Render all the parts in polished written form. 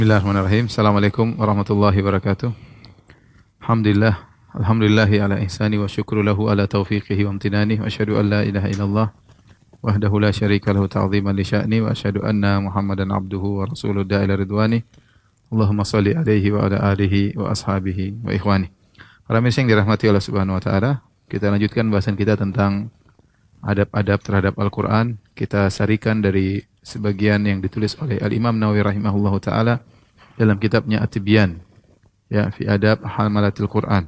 Bismillahirrahmanirrahim. Assalamualaikum warahmatullahi wabarakatuh. Alhamdulillah. Alhamdulillahi ala ihsani wa syukru lahu ala taufiqihi wa amtinani wa asyhadu an la ilaha illallah wahdahu la syarika lahu ta'ziman li sya'ni wa asyhadu anna Muhammadan abduhu wa rasuluhu da'ila ridwani. Allahumma shalli alaihi wa ala alihi wa ashabihi wa ikhwani. Para mirsa yang dirahmati Allah Subhanahu wa taala, kita lanjutkan bahasan kita tentang adab-adab terhadap Al-Qur'an. Kita sarikan dari sebagian yang ditulis oleh Al-Imam Nawawi rahimahullahu taala dalam kitabnya At-Tibyan, ya, fi adab hamalatil Quran.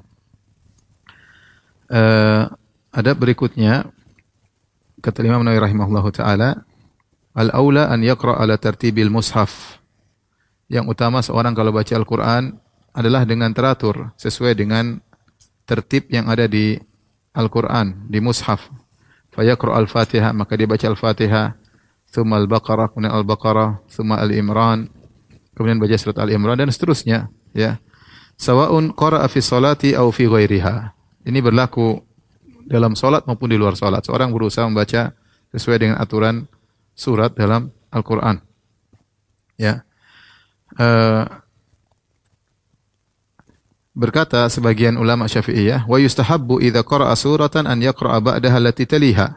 Adab berikutnya kata Imam Nawawi rahimahullahu taala, al-aula an yaqra ala tartibil mushaf. Yang utama seorang kalau baca Al-Qur'an adalah dengan teratur sesuai dengan tertib yang ada di Al-Qur'an, di mushaf. Fa yaqra al-Fatihah, maka dia baca Al-Fatihah, tsumma Al-Baqarah, kemudian Al-Baqarah, tsumma Al-Imran, kemudian baca surat Al-Imran dan seterusnya, ya. Sawa'un qara'a fi sholati aw fi ghairiha. Ini berlaku dalam salat maupun di luar salat. Seorang berusaha membaca sesuai dengan aturan surat dalam Al-Qur'an. Ya. Berkata sebagian ulama Syafi'iyah, wa yustahabbu idza qara'a suratan an yaqra'a ba'daha allati taliha.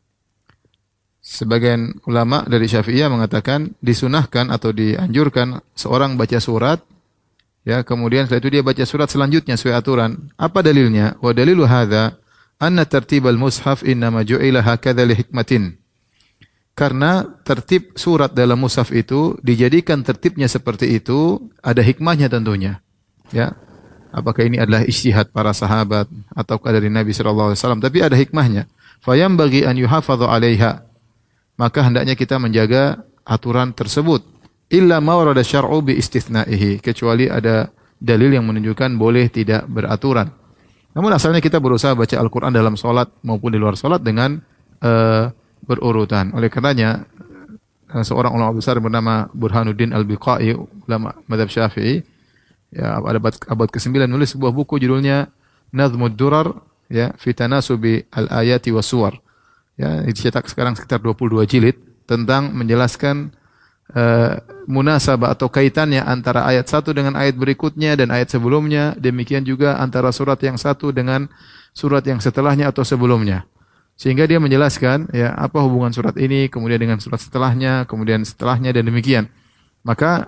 Sebagian ulama dari Syafi'iyah mengatakan disunahkan atau dianjurkan seorang baca surat, ya, kemudian setelah itu dia baca surat selanjutnya sesuai aturan. Apa dalilnya? Wa dalilu hadza anna tartibal mushaf innama ju'ila hakadha li hikmatin. Karena tertib surat dalam mushaf itu dijadikan tertibnya seperti itu ada hikmahnya tentunya. Ya. Apakah ini adalah ijtihad para sahabat ataukah dari Nabi sallallahu alaihi wasallam, tapi ada hikmahnya. Fayambaghi an yuhafadhu 'alaiha. Maka hendaknya kita menjaga aturan tersebut. Illa ma warada syar'u bi istitsna'ihi, kecuali ada dalil yang menunjukkan boleh tidak beraturan. Namun asalnya kita berusaha baca Al-Qur'an dalam salat maupun di luar salat dengan berurutan. Oleh karenanya seorang ulama besar bernama Burhanuddin Al-Biqai, ulama mazhab Syafi'i, ya, abad ke-9 nulis sebuah buku judulnya Nazmud Durar, ya, fi tanasubi al-ayati was-suwar. Ya, dicetak sekarang sekitar 22 jilid tentang menjelaskan munasabah atau kaitannya antara ayat satu dengan ayat berikutnya dan ayat sebelumnya, demikian juga antara surat yang satu dengan surat yang setelahnya atau sebelumnya. Sehingga dia menjelaskan, ya, apa hubungan surat ini kemudian dengan surat setelahnya, kemudian setelahnya dan demikian. Maka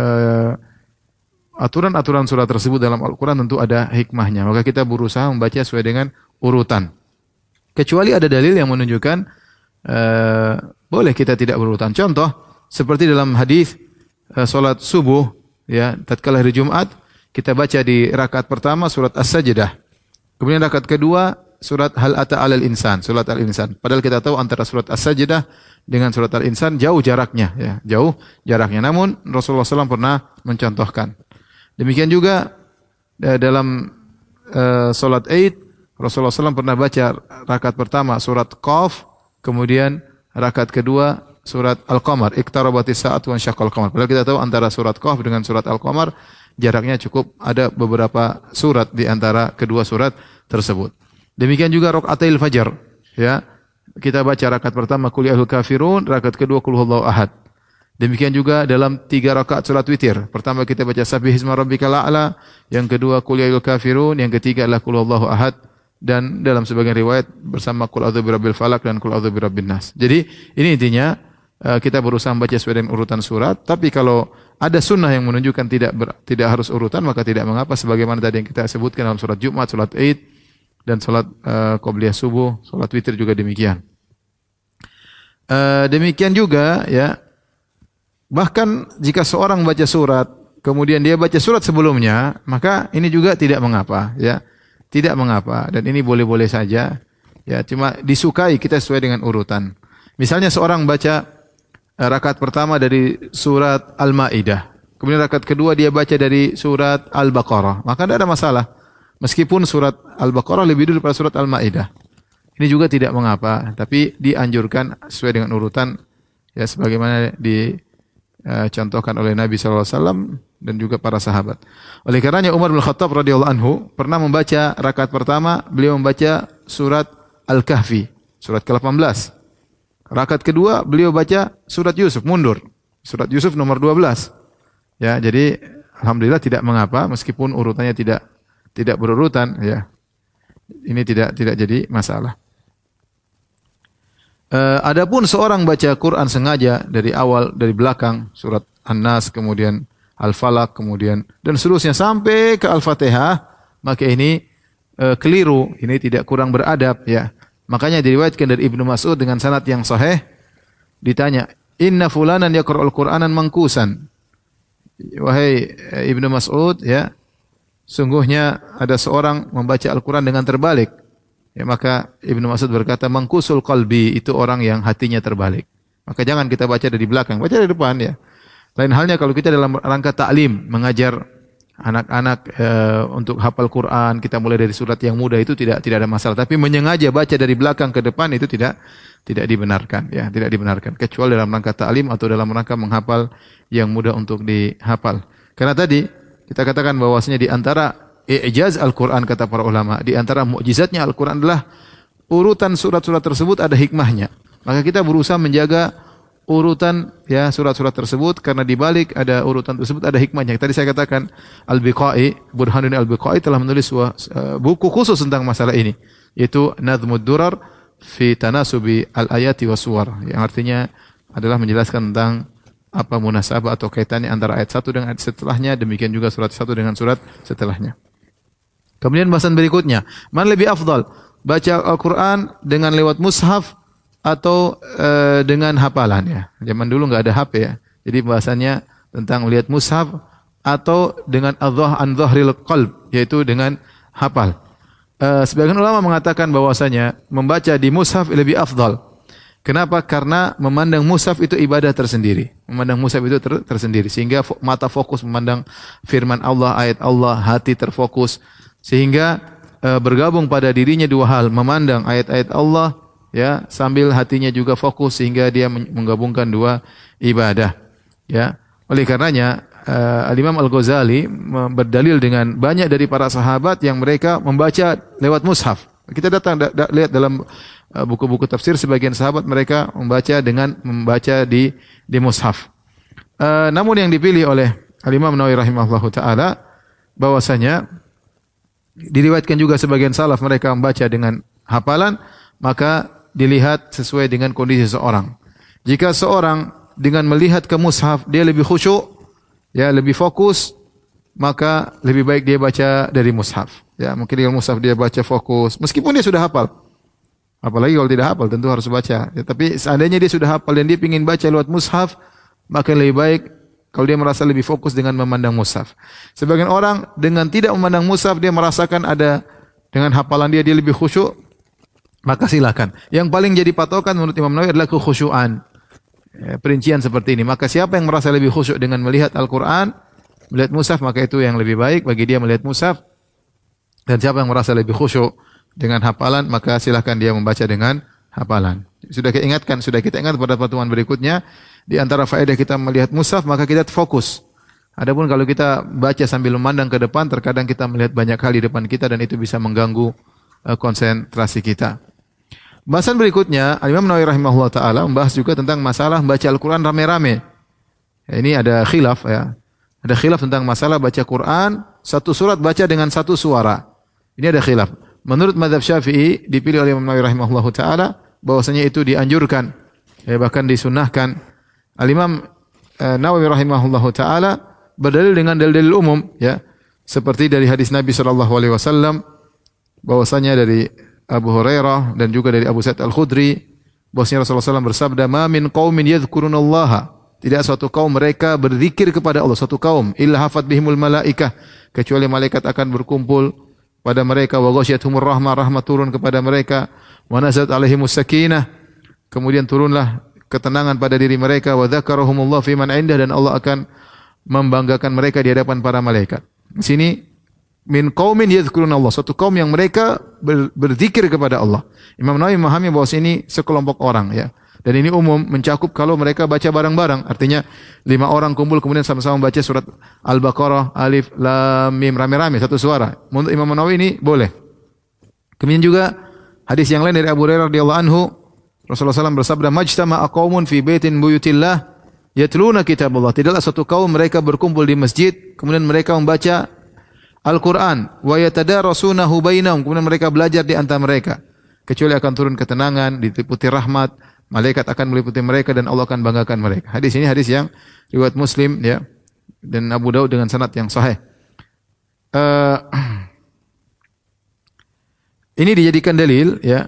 aturan-aturan surat tersebut dalam Al-Qur'an tentu ada hikmahnya. Maka kita berusaha membaca sesuai dengan urutan. Kecuali ada dalil yang menunjukkan boleh kita tidak berurutan. Contoh seperti dalam hadis salat subuh, ya, tatkala hari Jumat kita baca di rakaat pertama surat As-Sajdah. Kemudian rakaat kedua surat Hal Ata 'alal Insan, surat Al-Insan. Padahal kita tahu antara surat As-Sajdah dengan surat Al-Insan jauh jaraknya, ya, jauh jaraknya. Namun Rasulullah SAW pernah mencontohkan. Demikian juga dalam salat Id, Rasulullah SAW pernah baca rakaat pertama surat Qaf, kemudian rakaat kedua surat Al-Qamar, iqtarabatis sa'atu wa syaqqal qamar. Padahal kita tahu antara surat Qaf dengan surat Al-Qamar jaraknya cukup ada beberapa surat di antara kedua surat tersebut. Demikian juga rakaatil fajar, ya. Kita baca rakaat pertama qul ya ayyuhal kafirun, rakaat kedua qul huwallahu ahad. Demikian juga dalam 3 rakaat salat witir. Pertama kita baca sabbihisma rabbikal a'la, yang kedua qul ya ayyuhal kafirun, yang ketiga adalah qul huwallahu ahad. Dan dalam sebagian riwayat bersama qul a'udzu birabbil falaq dan qul a'udzu birabbin nas. Jadi ini intinya kita berusaha membaca sesuai dengan urutan surat, tapi kalau ada sunnah yang menunjukkan tidak harus urutan maka tidak mengapa, sebagaimana tadi yang kita sebutkan dalam surat Jumat, salat Id dan salat qabliyah subuh, salat witir juga demikian. Demikian juga, ya, bahkan jika seorang baca surat kemudian dia baca surat sebelumnya, maka ini juga tidak mengapa, ya. Tidak mengapa, dan ini boleh-boleh saja, ya, cuma disukai kita sesuai dengan urutan. Misalnya seorang baca rakaat pertama dari surat Al-Maidah, kemudian rakaat kedua dia baca dari surat Al-Baqarah, maka tidak ada masalah. Meskipun surat Al-Baqarah lebih dulu daripada surat Al-Maidah. Ini juga tidak mengapa, tapi dianjurkan sesuai dengan urutan, ya, sebagaimana dicontohkan oleh Nabi sallallahu alaihi wasallam dan juga para sahabat. Oleh karenanya Umar bin Khattab radhiyallahu anhu pernah membaca rakaat pertama, beliau membaca surat Al-Kahfi, surat ke-18. Rakaat kedua beliau baca surat Yusuf, mundur. Surat Yusuf nomor 12. Ya, jadi alhamdulillah tidak mengapa meskipun urutannya tidak berurutan ya. Ini tidak jadi masalah. Adapun seorang baca Quran sengaja dari awal dari belakang surat An-Nas kemudian Al-Falaq kemudian dan seterusnya sampai ke Al-Fatihah, maka ini keliru, ini tidak kurang beradab ya. Makanya diriwayatkan dari Ibnu Mas'ud dengan sanad yang sahih, ditanya, "Inna fulanan yaqra'ul Qur'anan mangkusan." Wahai Ibnu Mas'ud ya, sungguhnya ada seorang membaca Al-Qur'an dengan terbalik. Ya, maka Ibnu Mas'ud berkata, "Mangkusul qalbi," itu orang yang hatinya terbalik. Maka jangan kita baca dari belakang, baca dari depan ya. Lain halnya kalau kita dalam rangka ta'lim, mengajar anak-anak untuk hafal Quran, kita mulai dari surat yang mudah itu tidak ada masalah. Tapi menyengaja baca dari belakang ke depan itu tidak dibenarkan ya, tidak dibenarkan kecuali dalam rangka ta'lim atau dalam rangka menghafal yang mudah untuk dihafal. Karena tadi kita katakan bahwasanya di antara i'jaz Al-Quran kata para ulama, di antara mukjizatnya Al-Quran adalah urutan surat-surat tersebut ada hikmahnya. Maka kita berusaha menjaga urutan ya surat-surat tersebut karena di balik ada urutan tersebut ada hikmahnya. Tadi saya katakan Al-Biqai, Burhanuddin Al-Biqai telah menulis buku khusus tentang masalah ini, yaitu Nadhmud Durar fi Tanasubi Al-Ayati was Suwar, yang artinya adalah menjelaskan tentang apa munasabah atau kaitannya antara ayat 1 dengan ayat setelahnya, demikian juga surat 1 dengan surat setelahnya. Kemudian bahasan berikutnya, mana lebih afdal? Baca Al-Quran dengan lewat mushaf atau dengan hafalan ya. Zaman dulu enggak ada HP ya. Jadi bahasannya tentang melihat mushaf atau dengan an dhahril qalb, yaitu dengan hafal. Sebagian ulama mengatakan bahwasanya membaca di mushaf lebih afdal. Kenapa? Karena memandang mushaf itu ibadah tersendiri. Memandang mushaf itu tersendiri sehingga mata fokus memandang firman Allah, ayat Allah, hati terfokus. Sehingga bergabung pada dirinya dua hal, memandang ayat-ayat Allah ya sambil hatinya juga fokus sehingga dia menggabungkan dua ibadah ya. Oleh karenanya Al-Imam Al-Ghazali berdalil dengan banyak dari para sahabat yang mereka membaca lewat mushaf. Kita lihat dalam buku-buku tafsir sebagian sahabat mereka membaca di mushaf. Namun yang dipilih oleh Al-Imam Nawawi rahimahullahu taala bahwasanya diriwayatkan juga sebagian salaf mereka membaca dengan hafalan, maka dilihat sesuai dengan kondisi seseorang. Jika seorang dengan melihat ke mushaf dia lebih khusyuk, ya lebih fokus, maka lebih baik dia baca dari mushaf. Ya, mungkin dengan mushaf dia baca fokus, meskipun dia sudah hafal. Apalagi kalau tidak hafal tentu harus baca. Ya, tapi seandainya dia sudah hafal dan dia ingin baca lewat mushaf, maka lebih baik kalau dia merasa lebih fokus dengan memandang mushaf. Sebagian orang dengan tidak memandang mushaf dia merasakan ada dengan hafalan dia lebih khusyuk, maka silakan. Yang paling jadi patokan menurut Imam Nawawi adalah kekhusyuan. Perincian seperti ini. Maka siapa yang merasa lebih khusyuk dengan melihat Al-Quran, melihat mushaf, maka itu yang lebih baik bagi dia melihat mushaf. Dan siapa yang merasa lebih khusyuk dengan hafalan, maka silakan dia membaca dengan hafalan. Sudah kita ingat pada pertemuan berikutnya, di antara faedah kita melihat mushaf, maka kita fokus. Adapun kalau kita baca sambil memandang ke depan, terkadang kita melihat banyak hal di depan kita dan itu bisa mengganggu konsentrasi kita. Bahasan berikutnya, Imam Nawawi rahimahullah taala membahas juga tentang masalah baca Al-Qur'an rame-rame. Ya, ini ada khilaf ya. Ada khilaf tentang masalah baca Quran satu surat baca dengan satu suara. Ini ada khilaf. Menurut mazhab Syafi'i dipilih oleh Imam Nawawi rahimahullah taala bahwasanya itu dianjurkan, ya, bahkan disunnahkan. Al-Imam Nawawi rahimahullah taala berdalil dengan dalil-dalil umum ya. Seperti dari hadis Nabi sallallahu alaihi wasallam bahwasanya dari Abu Hurairah dan juga dari Abu Sa'id Al-Khudri bahwasanya Rasulullah SAW bersabda, "Ma min qaumin yadhkurunallaha." Tidak suatu kaum mereka berzikir kepada Allah, suatu kaum illa hafat bihimul malaikah, kecuali malaikat akan berkumpul pada mereka, wa ghasyiyatuhumur rahmah, rahmat turun kepada mereka, wa nazalat alaihimus sakinah, kemudian turunlah ketenangan pada diri mereka, wa dzakarahumullah fi man indah, dan Allah akan membanggakan mereka di hadapan para malaikat. Di sini min qaumin yadhkurunallah, suatu kaum yang mereka berzikir kepada Allah. Imam Nawawi memahami bahwa ini sekelompok orang ya. Dan ini umum mencakup kalau mereka baca bareng-bareng. Artinya 5 orang kumpul kemudian sama-sama baca surat Al-Baqarah, Alif, Lam, Mim rame-rame satu suara. Menurut Imam Nawawi ini boleh. Kemudian juga hadis yang lain dari Abu Hurairah radhiyallahu anhu, Rasulullah SAW bersabda, "Majtama'a qaumun fi baitin buyutillah yatluna kitaballah. Tidaklah suatu kaum mereka berkumpul di masjid, kemudian mereka membaca Al-Quran. Wa yatadarasunahu bainahum. Kemudian mereka belajar di antara mereka. Kecuali akan turun ketenangan, diliputi rahmat. Malaikat akan meliputi mereka dan Allah akan banggakan mereka. Hadis ini hadis yang riwayat Muslim ya dan Abu Daud dengan sanad yang sahih. Ini dijadikan dalil ya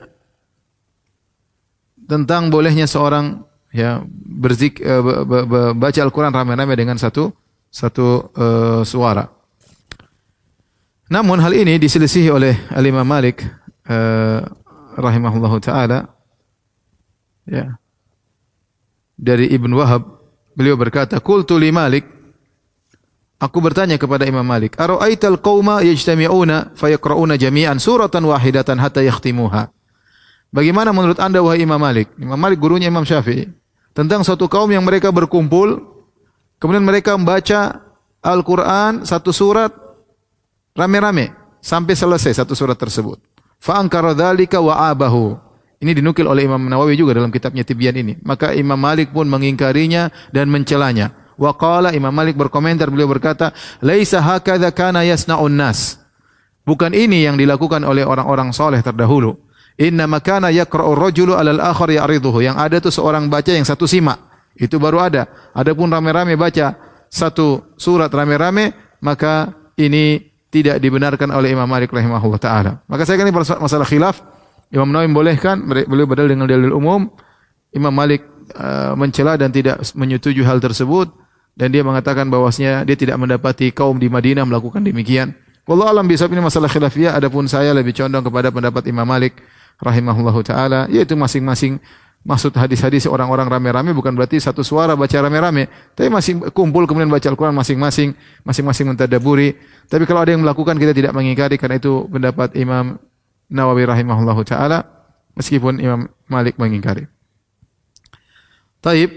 tentang bolehnya seorang ya baca Al-Quran ramai-ramai dengan satu suara. Namun hal ini diselisihi oleh Al-Imam Malik rahimahullahu taala ya. Dari Ibn Wahab beliau berkata, "Qultu li Malik," aku bertanya kepada Imam Malik, "Ara'aital qauma yajtami'una fayaqra'una jami'an suratan wahidatan hatta yakhtimuha?" Bagaimana menurut Anda wahai Imam Malik? Imam Malik gurunya Imam Syafi'i. Tentang suatu kaum yang mereka berkumpul kemudian mereka membaca Al-Qur'an satu surat rame-rame sampai selesai satu surat tersebut. Fa ankara dzalika wa abahu. Ini dinukil oleh Imam Nawawi juga dalam kitabnya Tibyan ini. Maka Imam Malik pun mengingkarinya dan mencelanya. Wa qala, Imam Malik berkomentar, beliau berkata, "Laisa hakadza kana yasna'un nas." Bukan ini yang dilakukan oleh orang-orang saleh terdahulu. Inna makana yaqra'u ar-rajulu 'alal akhar ya'riduhu. Yang ada itu seorang baca yang satu simak. Itu baru ada. Adapun rame-rame baca satu surat rame-rame, maka ini tidak dibenarkan oleh Imam Malik rahimahullah taala. Maka saya kan ini masalah khilaf. Imam Nawawi membolehkan, beliau berdalil dengan dalil umum. Imam Malik mencela dan tidak menyetujui hal tersebut dan dia mengatakan bahwasanya dia tidak mendapati kaum di Madinah melakukan demikian. Wallahu alam bisawab, ini masalah khilafiyah. Adapun saya lebih condong kepada pendapat Imam Malik rahimahullahu taala, yaitu masing-masing maksud hadis-hadis orang-orang rame-rame bukan berarti satu suara baca rame-rame, tapi masing kumpul kemudian baca Al-Qur'an masing-masing mentadabburi. Tapi kalau ada yang melakukan kita tidak mengingkari karena itu pendapat Imam Nawawi rahimahullahu taala meskipun Imam Malik mengingkari. Taib,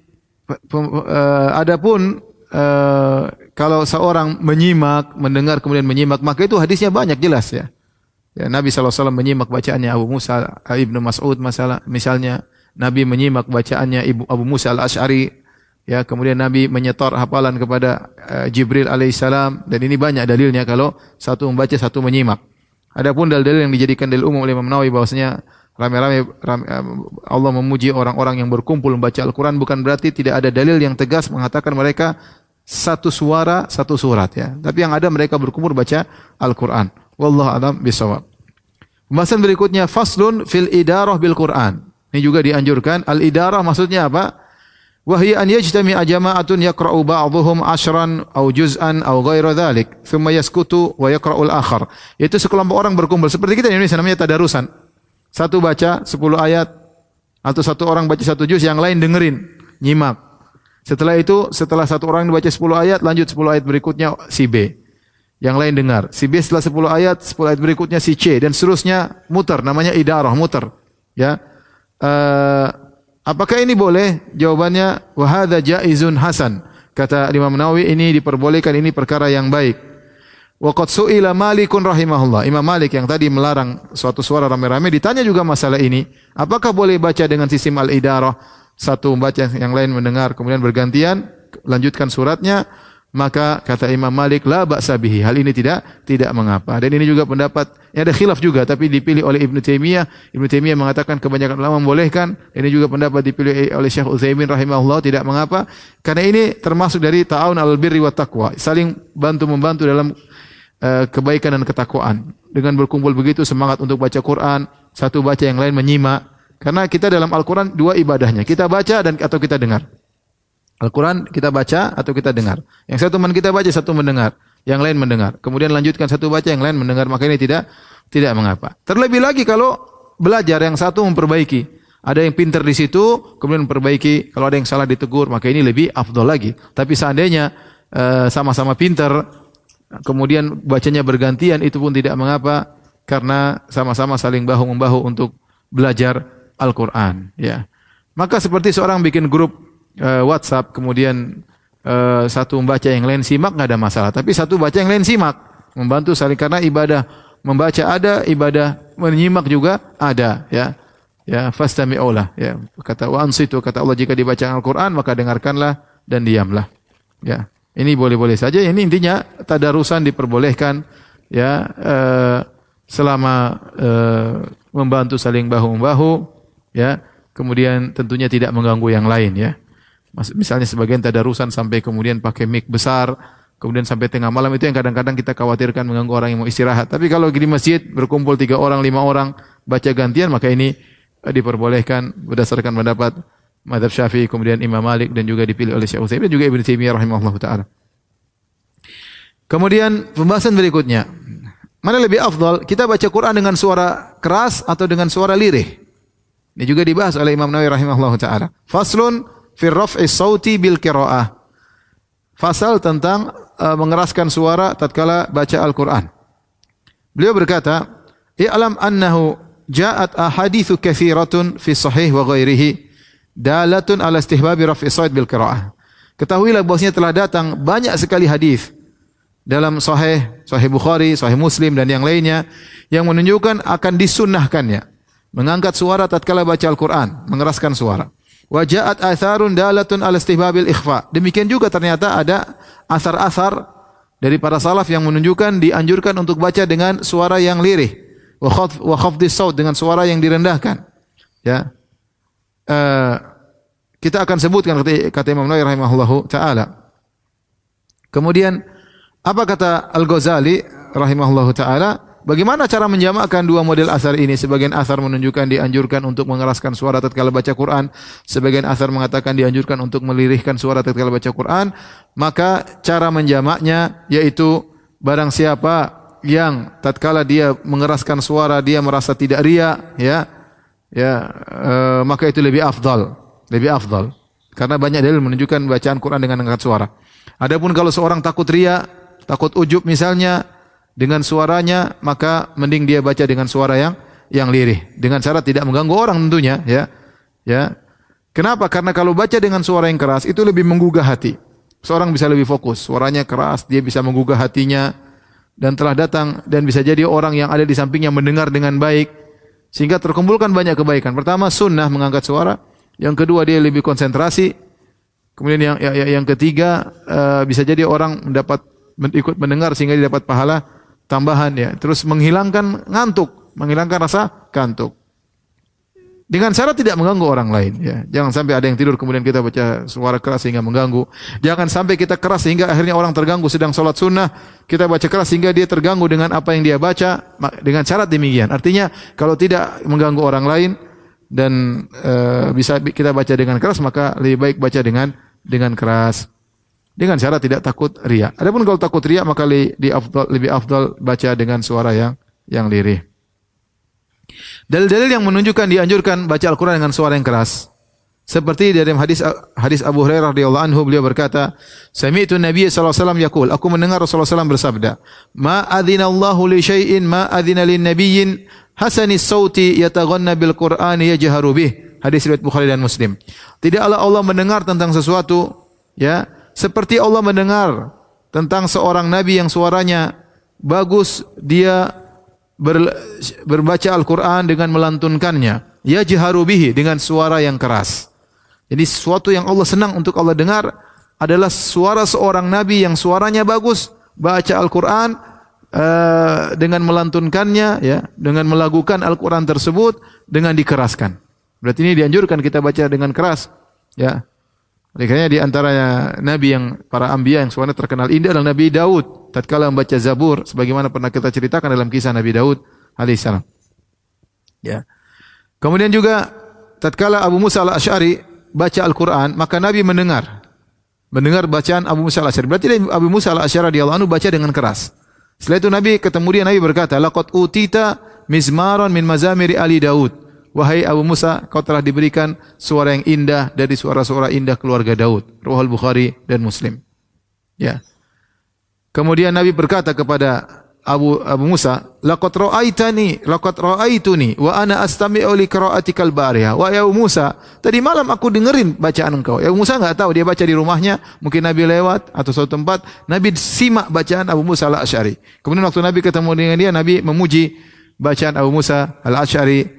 adapun kalau seorang menyimak, mendengar kemudian menyimak, maka itu hadisnya banyak jelas ya. Ya, Nabi SAW menyimak bacaannya Abu Musa Ibnu Mas'ud misalnya, Nabi menyimak bacaannya Abu Musa Al-Asy'ari, ya, kemudian Nabi menyetor hafalan kepada Jibril alaihissalam, dan ini banyak dalilnya kalau satu membaca satu menyimak. Adapun dalil-dalil yang dijadikan dalil umum oleh Imam Nawawi bahwasanya rame-rame Allah memuji orang-orang yang berkumpul membaca Al-Quran bukan berarti tidak ada dalil yang tegas mengatakan mereka satu suara satu surat ya. Tapi yang ada mereka berkumpul baca Al-Quran. Wallahu a'lam bishawab. Pembahasan berikutnya faslun fil idarah bil Quran. Ini juga dianjurkan. Al-idarah maksudnya apa? Wahya an yajtami'a jama'atun yaqra'u ba'dhuhum 'ashran aw juz'an aw ghaira dzalik, thumma yaskutu wa yaqra'u al-akhar. Itu sekelompok orang berkumpul seperti kita di Indonesia namanya tadarusan. Satu baca 10 ayat atau satu orang baca satu juz, yang lain dengerin, nyimak. Setelah itu, setelah satu orang baca 10 ayat, lanjut 10 ayat berikutnya si B. Yang lain dengar. Si B setelah 10 ayat berikutnya si C dan seterusnya muter, namanya idarah, muter. Ya. Apakah ini boleh? Jawabannya wa hadza jaizun hasan. Kata Imam Nawawi, ini diperbolehkan, ini perkara yang baik. Wa qad su'ila Malikun rahimahullah. Imam Malik yang tadi melarang suatu suara rame-rame ditanya juga masalah ini. Apakah boleh baca dengan sistem al-idarah? Satu membaca, yang lain mendengar, kemudian bergantian lanjutkan suratnya. Maka kata Imam Malik, la ba'sa bihi. Hal ini tidak mengapa. Dan ini juga pendapat, ya ada khilaf juga tapi dipilih oleh Ibnu Taimiyah. Ibnu Taimiyah mengatakan kebanyakan ulama membolehkan. Ini juga pendapat dipilih oleh Syekh Utsaimin rahimahullah, tidak mengapa. Karena ini termasuk dari ta'awun 'alal birri wat taqwa, saling bantu-membantu dalam kebaikan dan ketakwaan. Dengan berkumpul begitu semangat untuk baca Quran, satu baca yang lain menyimak. Karena kita dalam Al-Quran dua ibadahnya, kita baca atau kita dengar. Al-Quran kita baca atau kita dengar. Yang satu teman kita baca, satu mendengar, yang lain mendengar. Kemudian lanjutkan satu baca, yang lain mendengar, maka ini tidak mengapa. Terlebih lagi kalau belajar, yang satu memperbaiki. Ada yang pintar di situ, kemudian memperbaiki. Kalau ada yang salah ditegur, maka ini lebih afdol lagi. Tapi seandainya sama-sama pintar, kemudian bacanya bergantian, itu pun tidak mengapa, karena sama-sama saling bahu-membahu untuk belajar Al-Quran. Ya. Maka seperti seorang bikin grup WhatsApp, kemudian satu membaca yang lain simak, nggak ada masalah. Tapi satu baca yang lain simak, membantu saling, karena ibadah membaca ada, ibadah menyimak juga ada. Ya, Ya, fastami'ulah. Ya, kata wa ansitu, kata Allah, jika dibaca Al-Qur'an maka dengarkanlah dan diamlah. Ya. Ini boleh-boleh saja. Ini intinya tadarusan diperbolehkan ya selama membantu saling bahu-membahu ya. Kemudian tentunya tidak mengganggu yang lain ya. Misalnya sebagian tadarusan sampai kemudian pakai mic besar, kemudian sampai tengah malam, itu yang kadang-kadang kita khawatirkan mengganggu orang yang mau istirahat. Tapi kalau di masjid berkumpul 3 orang, 5 orang baca gantian, maka ini diperbolehkan berdasarkan pendapat Mazhab Syafi'i, kemudian Imam Malik, dan juga dipilih oleh Syekh Utsaimin dan juga Ibnu Taimiyah rahimahullahu taala. Kemudian pembahasan berikutnya, mana lebih afdal, kita baca Quran dengan suara keras atau dengan suara lirih? Ini juga dibahas oleh Imam Nawawi rahimahullahu taala. Faslun fi raf'i sauti bil qiraah. Fasal tentang mengeraskan suara tatkala baca Al-Qur'an. Beliau berkata, "I'lam annahu ja'at ahaditsu katsiratun fi sahih wa ghairihi dalatun ala istihbabi raf'i shaut bil qiraah." Ketahuilah bahwasanya telah datang banyak sekali hadis dalam sahih Bukhari, sahih Muslim dan yang lainnya yang menunjukkan akan disunnahkannya mengangkat suara tatkala baca Al-Qur'an, mengeraskan suara. Wa ja'at atharun dalatun ala istihbabil ikhfa. Demikian juga ternyata ada asar-asar dari para salaf yang menunjukkan dianjurkan untuk baca dengan suara yang lirih, wa khafdis saut, dengan suara yang direndahkan. Ya. Kita akan sebutkan kata Imam Nawawi rahimahullahu taala. Kemudian apa kata Al-Ghazali rahimahullahu taala? Bagaimana cara menjamakkan dua model asar ini? Sebagian asar menunjukkan dianjurkan untuk mengeraskan suara tatkala baca Quran, sebagian asar mengatakan dianjurkan untuk melirihkan suara tatkala baca Quran. Maka cara menjamaknya yaitu barang siapa yang tatkala dia mengeraskan suara dia merasa tidak riya, maka itu lebih afdal. Karena banyak dalil menunjukkan bacaan Quran dengan angkat suara. Adapun kalau seorang takut riya, takut ujub misalnya dengan suaranya, maka mending dia baca dengan suara yang lirih, dengan cara tidak mengganggu orang tentunya, ya. Kenapa? Karena kalau baca dengan suara yang keras itu lebih menggugah hati. Seorang bisa lebih fokus, suaranya keras, dia bisa menggugah hatinya, dan telah datang dan bisa jadi orang yang ada di sampingnya mendengar dengan baik sehingga terkumpulkan banyak kebaikan. Pertama, sunnah mengangkat suara. Yang kedua, dia lebih konsentrasi. Kemudian yang ketiga, bisa jadi orang ikut mendengar sehingga dia dapat pahala tambahan, ya. Terus menghilangkan ngantuk, menghilangkan rasa kantuk. Dengan cara tidak mengganggu orang lain, ya. Jangan sampai ada yang tidur kemudian kita baca suara keras sehingga mengganggu. Jangan sampai kita keras sehingga akhirnya orang terganggu sedang sholat sunnah. Kita baca keras sehingga dia terganggu dengan apa yang dia baca. Dengan syarat demikian. Artinya kalau tidak mengganggu orang lain dan bisa kita baca dengan keras, maka lebih baik baca dengan keras. Dengan syarat tidak takut riya. Adapun kalau takut riya, maka lebih afdal baca dengan suara yang lirih. Dalil-dalil yang menunjukkan dianjurkan baca Al-Quran dengan suara yang keras. Seperti dari hadis Abu Hurairah radhiyallahu anhu, beliau berkata, "Sami'tu Nabiy sallallahu alaihi wasallam yaqul," aku mendengar Rasulullah sallallahu bersabda, "Ma adzina Allahu li syai'in ma adzina lin nabiyyin hasanis sauti yataghanna bil Qur'ani yajharu bih." Hadis riwayat Bukhari dan Muslim. Tidaklah Allah mendengar tentang sesuatu, ya, seperti Allah mendengar tentang seorang nabi yang suaranya bagus, dia berbaca Al-Quran dengan melantunkannya, yajharu bihi, dengan suara yang keras. Jadi sesuatu yang Allah senang untuk Allah dengar adalah suara seorang nabi yang suaranya bagus, baca Al-Quran dengan melantunkannya, ya, dengan melakukan Al-Quran tersebut dengan dikeraskan. Berarti ini dianjurkan kita baca dengan keras, ya. Oleh karena di antara nabi yang para anbiya yang suaranya terkenal indah adalah Nabi Daud tatkala membaca Zabur, sebagaimana pernah kita ceritakan dalam kisah Nabi Daud alaihissalam. Ya. Kemudian juga tatkala Abu Musa al-Asy'ari baca Al-Qur'an, maka Nabi mendengar bacaan Abu Musa al-Asy'ari. Berarti Abu Musa al-Asy'ari radhiyallahu anhu baca dengan keras. Setelah itu Nabi ketemu dia, Nabi berkata, "Laqad utita mizmaran min mazamiri ali Daud." Wahai Abu Musa, kau telah diberikan suara yang indah dari suara-suara indah keluarga Daud. Riwayat Bukhari dan Muslim. Ya. Kemudian Nabi berkata kepada Abu Musa, laqad ra'aituni wa ana astami'u li qira'atikal bariyah. Wahai Abu Musa, tadi malam aku dengerin bacaan engkau. Abu Musa enggak tahu, dia baca di rumahnya, mungkin Nabi lewat atau suatu tempat, Nabi simak bacaan Abu Musa al-Asy'ari. Kemudian waktu Nabi ketemu dengan dia, Nabi memuji bacaan Abu Musa al-Asy'ari.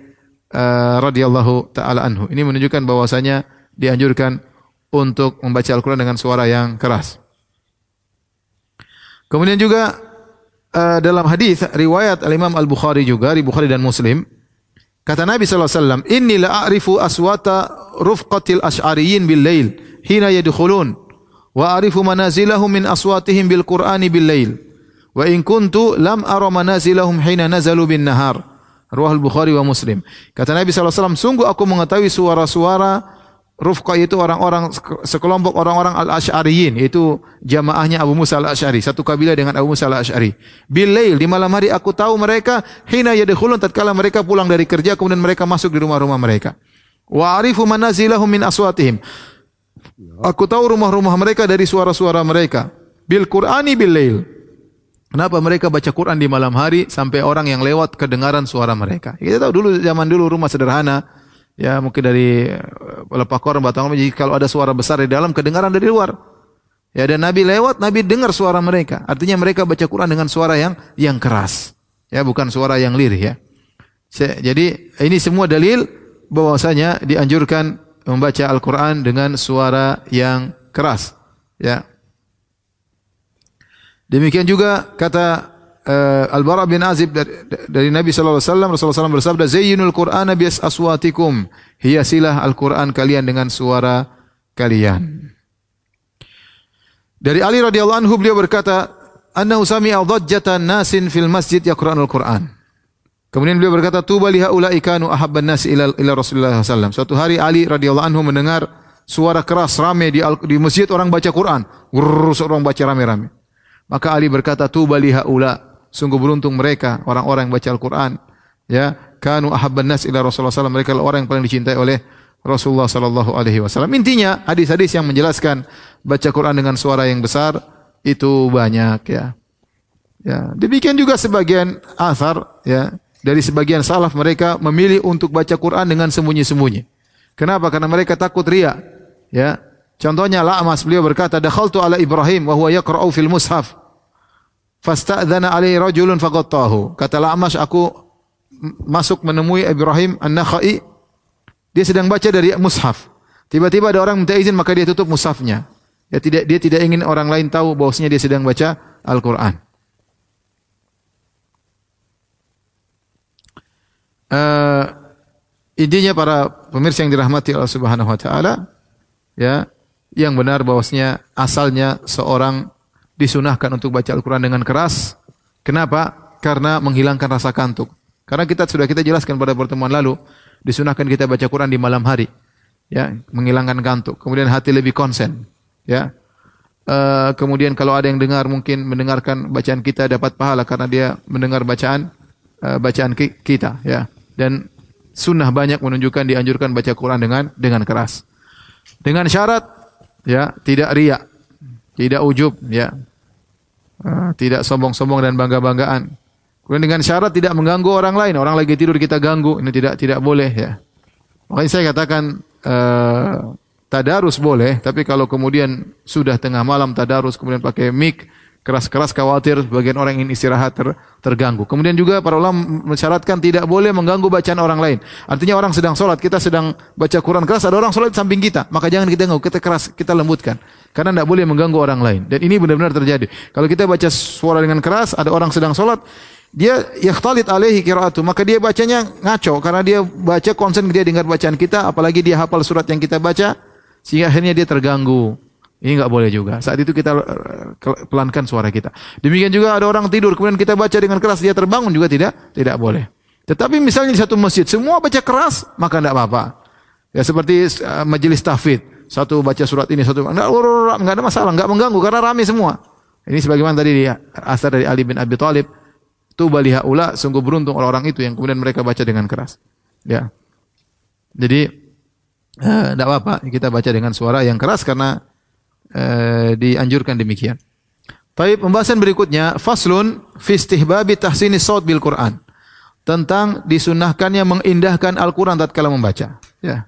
radhiyallahu taala anhu. Ini menunjukkan bahwasanya dianjurkan untuk membaca Al-Qur'an dengan suara yang keras. Kemudian juga dalam hadis riwayat Al-Imam Al-Bukhari juga, Bukhari dan Muslim, kata Nabi sallallahu alaihi wasallam, "Inni la a'rifu aswata rufqatil asy'ariyyin bil lail hina yadkhulun wa a'rifu manazilahum min aswatihim bil Qur'ani bil lail wa in kuntu lam ara manazilahum hina nazalu bin nahar." Riwayat Bukhari wa Muslim. Kata Nabi sallallahu alaihi wasallam, sungguh aku mengetahui suara-suara Rufqa itu orang-orang sekelompok orang-orang Al-Asy'ariyin, itu jamaahnya Abu Musa Al-Asy'ari, satu kabilah dengan Abu Musa Al-Asy'ari. Bilail, di malam hari aku tahu mereka hina yadkhulun, tatkala mereka pulang dari kerja kemudian mereka masuk di rumah-rumah mereka. Wa arifu manazilahum min aswatihim. Aku tahu rumah-rumah mereka dari suara-suara mereka. Bil Qur'ani bilail. Kenapa mereka baca Quran di malam hari sampai orang yang lewat kedengaran suara mereka? Kita tahu dulu, zaman dulu rumah sederhana, ya mungkin dari pelepah koran batang, jadi kalau ada suara besar di dalam kedengaran dari luar. Ya, dan Nabi lewat, Nabi dengar suara mereka. Artinya mereka baca Quran dengan suara yang keras. Ya, bukan suara yang lirih ya. Jadi ini semua dalil bahwasanya dianjurkan membaca Al-Quran dengan suara yang keras. Ya. Demikian juga kata Al-Bara bin Azib dari Nabi sallallahu alaihi wasallam, Rasulullah SAW bersabda, "Zayyinul Qur'ana bi aswatikum." Hiasilah Al-Qur'an kalian dengan suara kalian. Dari Ali radhiyallahu anhu beliau berkata, "Annahu sami'a dhajjatan nasin fil masjid yaqra'unul Qur'an." Kemudian beliau berkata, "Tuba li haula'i kanu ahabban nas ila Rasulullah sallallahu alaihi wasallam." Suatu hari Ali radhiyallahu anhu mendengar suara keras ramai di masjid, orang baca Quran. Orang baca rame-rame. Maka Ali berkata, "Tuba li haula." Sungguh beruntung mereka, orang-orang yang baca Al-Quran. Ya, kanu ahabban nas ila Rasulullah sallallahu alaihi wasallam. Mereka adalah orang yang paling dicintai oleh Rasulullah sallallahu alaihi wasallam. Intinya, hadis-hadis yang menjelaskan baca Quran dengan suara yang besar itu banyak ya. Ya, demikian juga sebagian athar ya, dari sebagian salaf mereka memilih untuk baca Quran dengan sembunyi-sembunyi. Kenapa? Karena mereka takut riya. Ya. Contohnya La'mas, beliau berkata, "Dakhaltu ala Ibrahim wa huwa yaqra'u fil mushaf. Fasta'dzana alaihi rajulun faqattahu." Kata La'mas, aku masuk menemui Ibrahim An-Nakhai, dia sedang baca dari mushaf. Tiba-tiba ada orang minta izin, maka dia tutup mushafnya. Dia tidak ingin orang lain tahu bahwasanya dia sedang baca Al-Qur'an. Intinya para pemirsa yang dirahmati Allah Subhanahu wa taala, ya, yang benar bahwasanya asalnya seorang disunahkan untuk baca Al-Quran dengan keras. Kenapa? Karena menghilangkan rasa kantuk. Karena sudah kita jelaskan pada pertemuan lalu, disunahkan kita baca Quran di malam hari, ya, menghilangkan kantuk. Kemudian hati lebih konsen, ya. Kemudian kalau ada yang dengar, mungkin mendengarkan bacaan kita dapat pahala karena dia mendengar bacaan kita, ya. Dan sunnah banyak menunjukkan dianjurkan baca Quran dengan keras. Dengan syarat, ya, tidak riya, tidak ujub, ya. Tidak sombong-sombong dan bangga-banggaan. Kemudian dengan syarat tidak mengganggu orang lain. Orang lagi tidur kita ganggu, ini tidak boleh ya. Makanya saya katakan tadarus boleh, tapi kalau kemudian sudah tengah malam tadarus kemudian pakai mic keras-keras, khawatir bagian orang ingin istirahat terganggu. Kemudian juga para ulama mensyaratkan tidak boleh mengganggu bacaan orang lain. Artinya orang sedang sholat, kita sedang baca Quran keras, ada orang sholat di samping kita, maka jangan kita ganggu, kita keras, kita lembutkan. Karena tidak boleh mengganggu orang lain. Dan ini benar-benar terjadi. Kalau kita baca suara dengan keras, ada orang sedang sholat, dia yakhtalit alaihi qiraatu, maka dia bacanya ngaco karena dia baca konsen, dia dengar bacaan kita, apalagi dia hafal surat yang kita baca, sehingga akhirnya dia terganggu. Ini enggak boleh juga. Saat itu kita pelankan suara kita. Demikian juga ada orang tidur, kemudian kita baca dengan keras, dia terbangun juga tidak boleh. Tetapi misalnya di satu masjid semua baca keras, maka enggak apa-apa. Ya seperti majelis tahfidz, satu baca surat ini, satu enggak ada masalah, enggak mengganggu karena ramai semua. Ini sebagaimana tadi di asar dari Ali bin Abi Thalib, tuba li haula, sungguh beruntung orang-orang itu yang kemudian mereka baca dengan keras. Ya. Jadi enggak apa-apa kita baca dengan suara yang keras karena dianjurkan demikian. Baik, pembahasan berikutnya faslun fi istihbabi tahsini shaut bil Quran. Tentang disunahkannya mengindahkan Al-Quran tatkala membaca. Ya.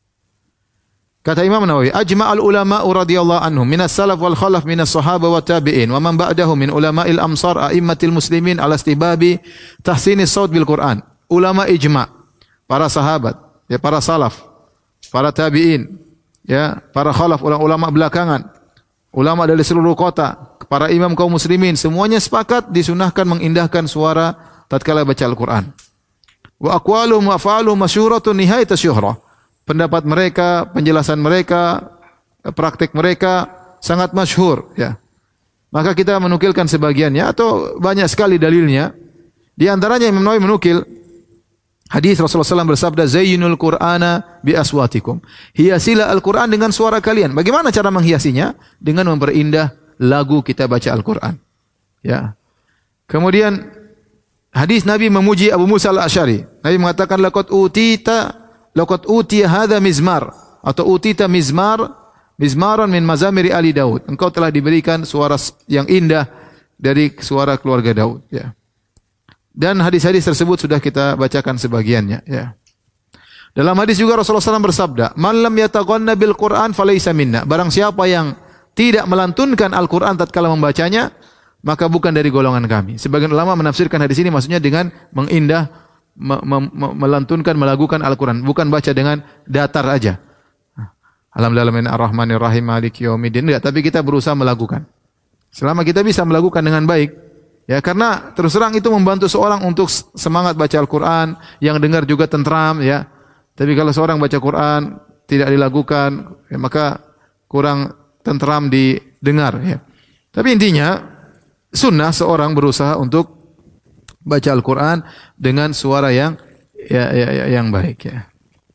Kata Imam Nawawi, ajma'al ulama radhiyallahu anhum minas salaf wal khalaf minas sahaba wa tabi'in wa man ba'dahum min ulama'il amsar a'immatil muslimin ala istihbabi tahsini shaut bil Quran. Ulama ijma', para sahabat, ya para salaf, para tabi'in, ya para khalaf, ulama belakangan, ulama dari seluruh kota, para imam kaum muslimin, semuanya sepakat disunahkan mengindahkan suara tatkala baca Al-Qur'an. Wa aqwaluhum wa af'aluhum masyhuratun nihayat syuhrah. Pendapat mereka, penjelasan mereka, praktik mereka sangat masyhur, ya. Maka kita menukilkan sebagiannya atau banyak sekali dalilnya. Di antaranya Imam Nawawi menukil hadis Rasulullah SAW bersabda, "Zayyinul Qur'ana bi aswatikum." Hiasilah Al-Qur'an dengan suara kalian. Bagaimana cara menghiasinya? Dengan memperindah lagu kita baca Al-Qur'an. Ya. Kemudian hadis Nabi memuji Abu Musa Al-Asy'ari. Nabi mengatakan, laqad utiya hadza mizmar atau utita mizmaran min mazamiri Ali Daud. Engkau telah diberikan suara yang indah dari suara keluarga Daud, ya. Dan hadis-hadis tersebut sudah kita bacakan sebagiannya, ya. Dalam hadis juga Rasulullah SAW bersabda, "Man lam yataghanna bil Qur'an falaysa minna." Barang siapa yang tidak melantunkan Al-Qur'an tatkala membacanya, maka bukan dari golongan kami. Sebagian ulama menafsirkan hadis ini maksudnya dengan mengindah, melantunkan, melagukan Al-Qur'an, bukan baca dengan datar aja. Alhamdulillah ar-Rahmanir Rahim Maliki Yaumiddin. Tidak, tapi kita berusaha melakukan. Selama kita bisa melakukan dengan baik, ya, karena terus terang itu membantu seorang untuk semangat baca Al-Qur'an, yang dengar juga tentram, ya. Tapi kalau seorang baca Qur'an tidak dilakukan, ya, maka kurang tentram didengar, ya. Tapi intinya sunnah seorang berusaha untuk baca Al-Qur'an dengan suara yang yang baik, ya.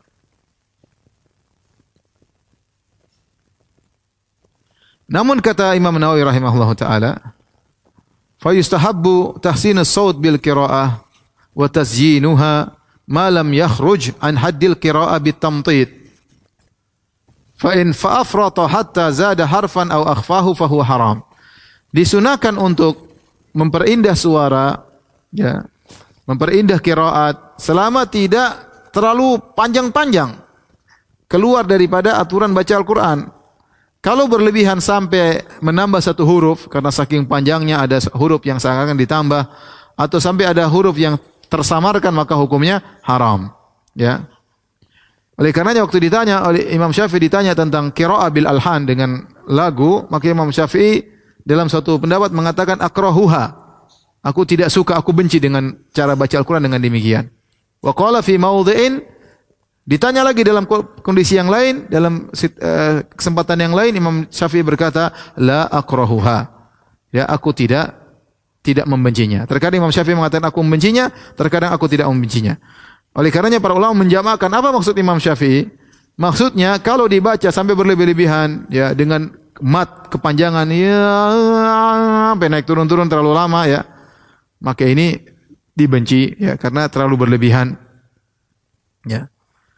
Namun kata Imam Nawawi rahimahullahu taala, fa yustahabbu tahsin as-saut bil qiraah wa tazyinuha ma lam yakhruj an haddil qiraah bit tamtid. Fa in afrata hatta zada harfan aw akhfahu fa huwa haram. Disunahkan untuk memperindah suara, ya, memperindah qiraat selama tidak terlalu panjang-panjang keluar daripada aturan baca Al-Qur'an. Kalau berlebihan sampai menambah satu huruf karena saking panjangnya ada huruf yang seakan ditambah atau sampai ada huruf yang tersamarkan maka hukumnya haram, ya. Oleh karenanya waktu ditanya oleh Imam Syafi'i ditanya tentang qiraah bil alhan dengan lagu, maka Imam Syafi'i dalam suatu pendapat mengatakan akrahuha. Aku tidak suka, aku benci dengan cara baca Al-Qur'an dengan demikian. Wa qala fi mawdhi'in, ditanya lagi dalam kondisi yang lain, dalam kesempatan yang lain, Imam Syafi'i berkata, la akrahuha. Ya, aku tidak membencinya. Terkadang Imam Syafi'i mengatakan aku membencinya, terkadang aku tidak membencinya. Oleh karenanya para ulama menjamakkan apa maksud Imam Syafi'i? Maksudnya kalau dibaca sampai berlebih-lebihan, ya, dengan mat kepanjangan, ya, sampai naik turun-turun terlalu lama, ya, maka ini dibenci, ya, karena terlalu berlebihan, ya.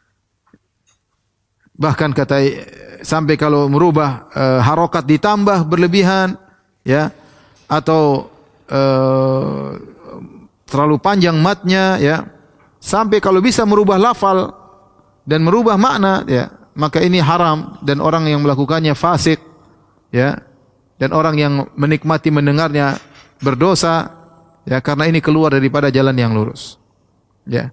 Bahkan kata sampai kalau merubah harokat ditambah berlebihan, ya, atau terlalu panjang matnya, ya, sampai kalau bisa merubah lafal dan merubah makna, ya, maka ini haram dan orang yang melakukannya fasik, ya, dan orang yang menikmati mendengarnya berdosa, ya, karena ini keluar daripada jalan yang lurus, ya.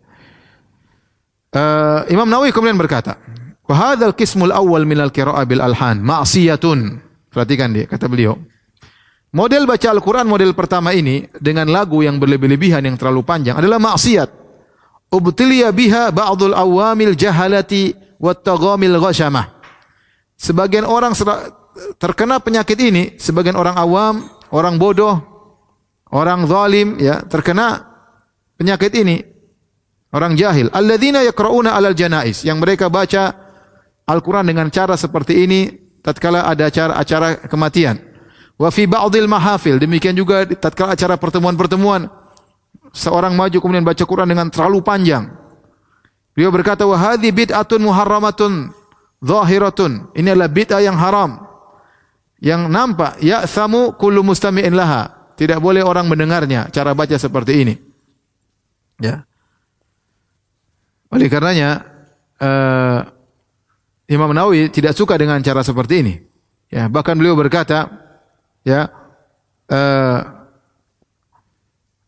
Imam Nawawi kemudian berkata, wa hadzal qismul awwal minal qira'a bil alhan ma'siyatun. Perhatikan dia, kata beliau. Model baca Al-Qur'an model pertama ini dengan lagu yang berlebih-lebihan yang terlalu panjang adalah maksiat. Ubtiliya biha ba'dul awamil jahalati wat taghamil ghasyamah. Sebagian orang terkena penyakit ini, sebagian orang awam, orang bodoh, orang zalim, ya, terkena penyakit ini. Orang jahil, alladzina yaqra'una 'alal janais, yang mereka baca Al-Quran dengan cara seperti ini tatkala ada acara kematian. Wa fi ba'dil mahafil, demikian juga tatkala acara pertemuan-pertemuan seorang maju kemudian baca Quran dengan terlalu panjang. Beliau berkata, wa hadhi bid'atun muharramatun zahiratun. Ini adalah bid'ah yang haram, yang nampak, ya'thamu kullu mustami'in laha. Tidak boleh orang mendengarnya cara baca seperti ini, ya. Oleh karenanya Imam Nawawi tidak suka dengan cara seperti ini. Ya, bahkan beliau berkata, ya, wa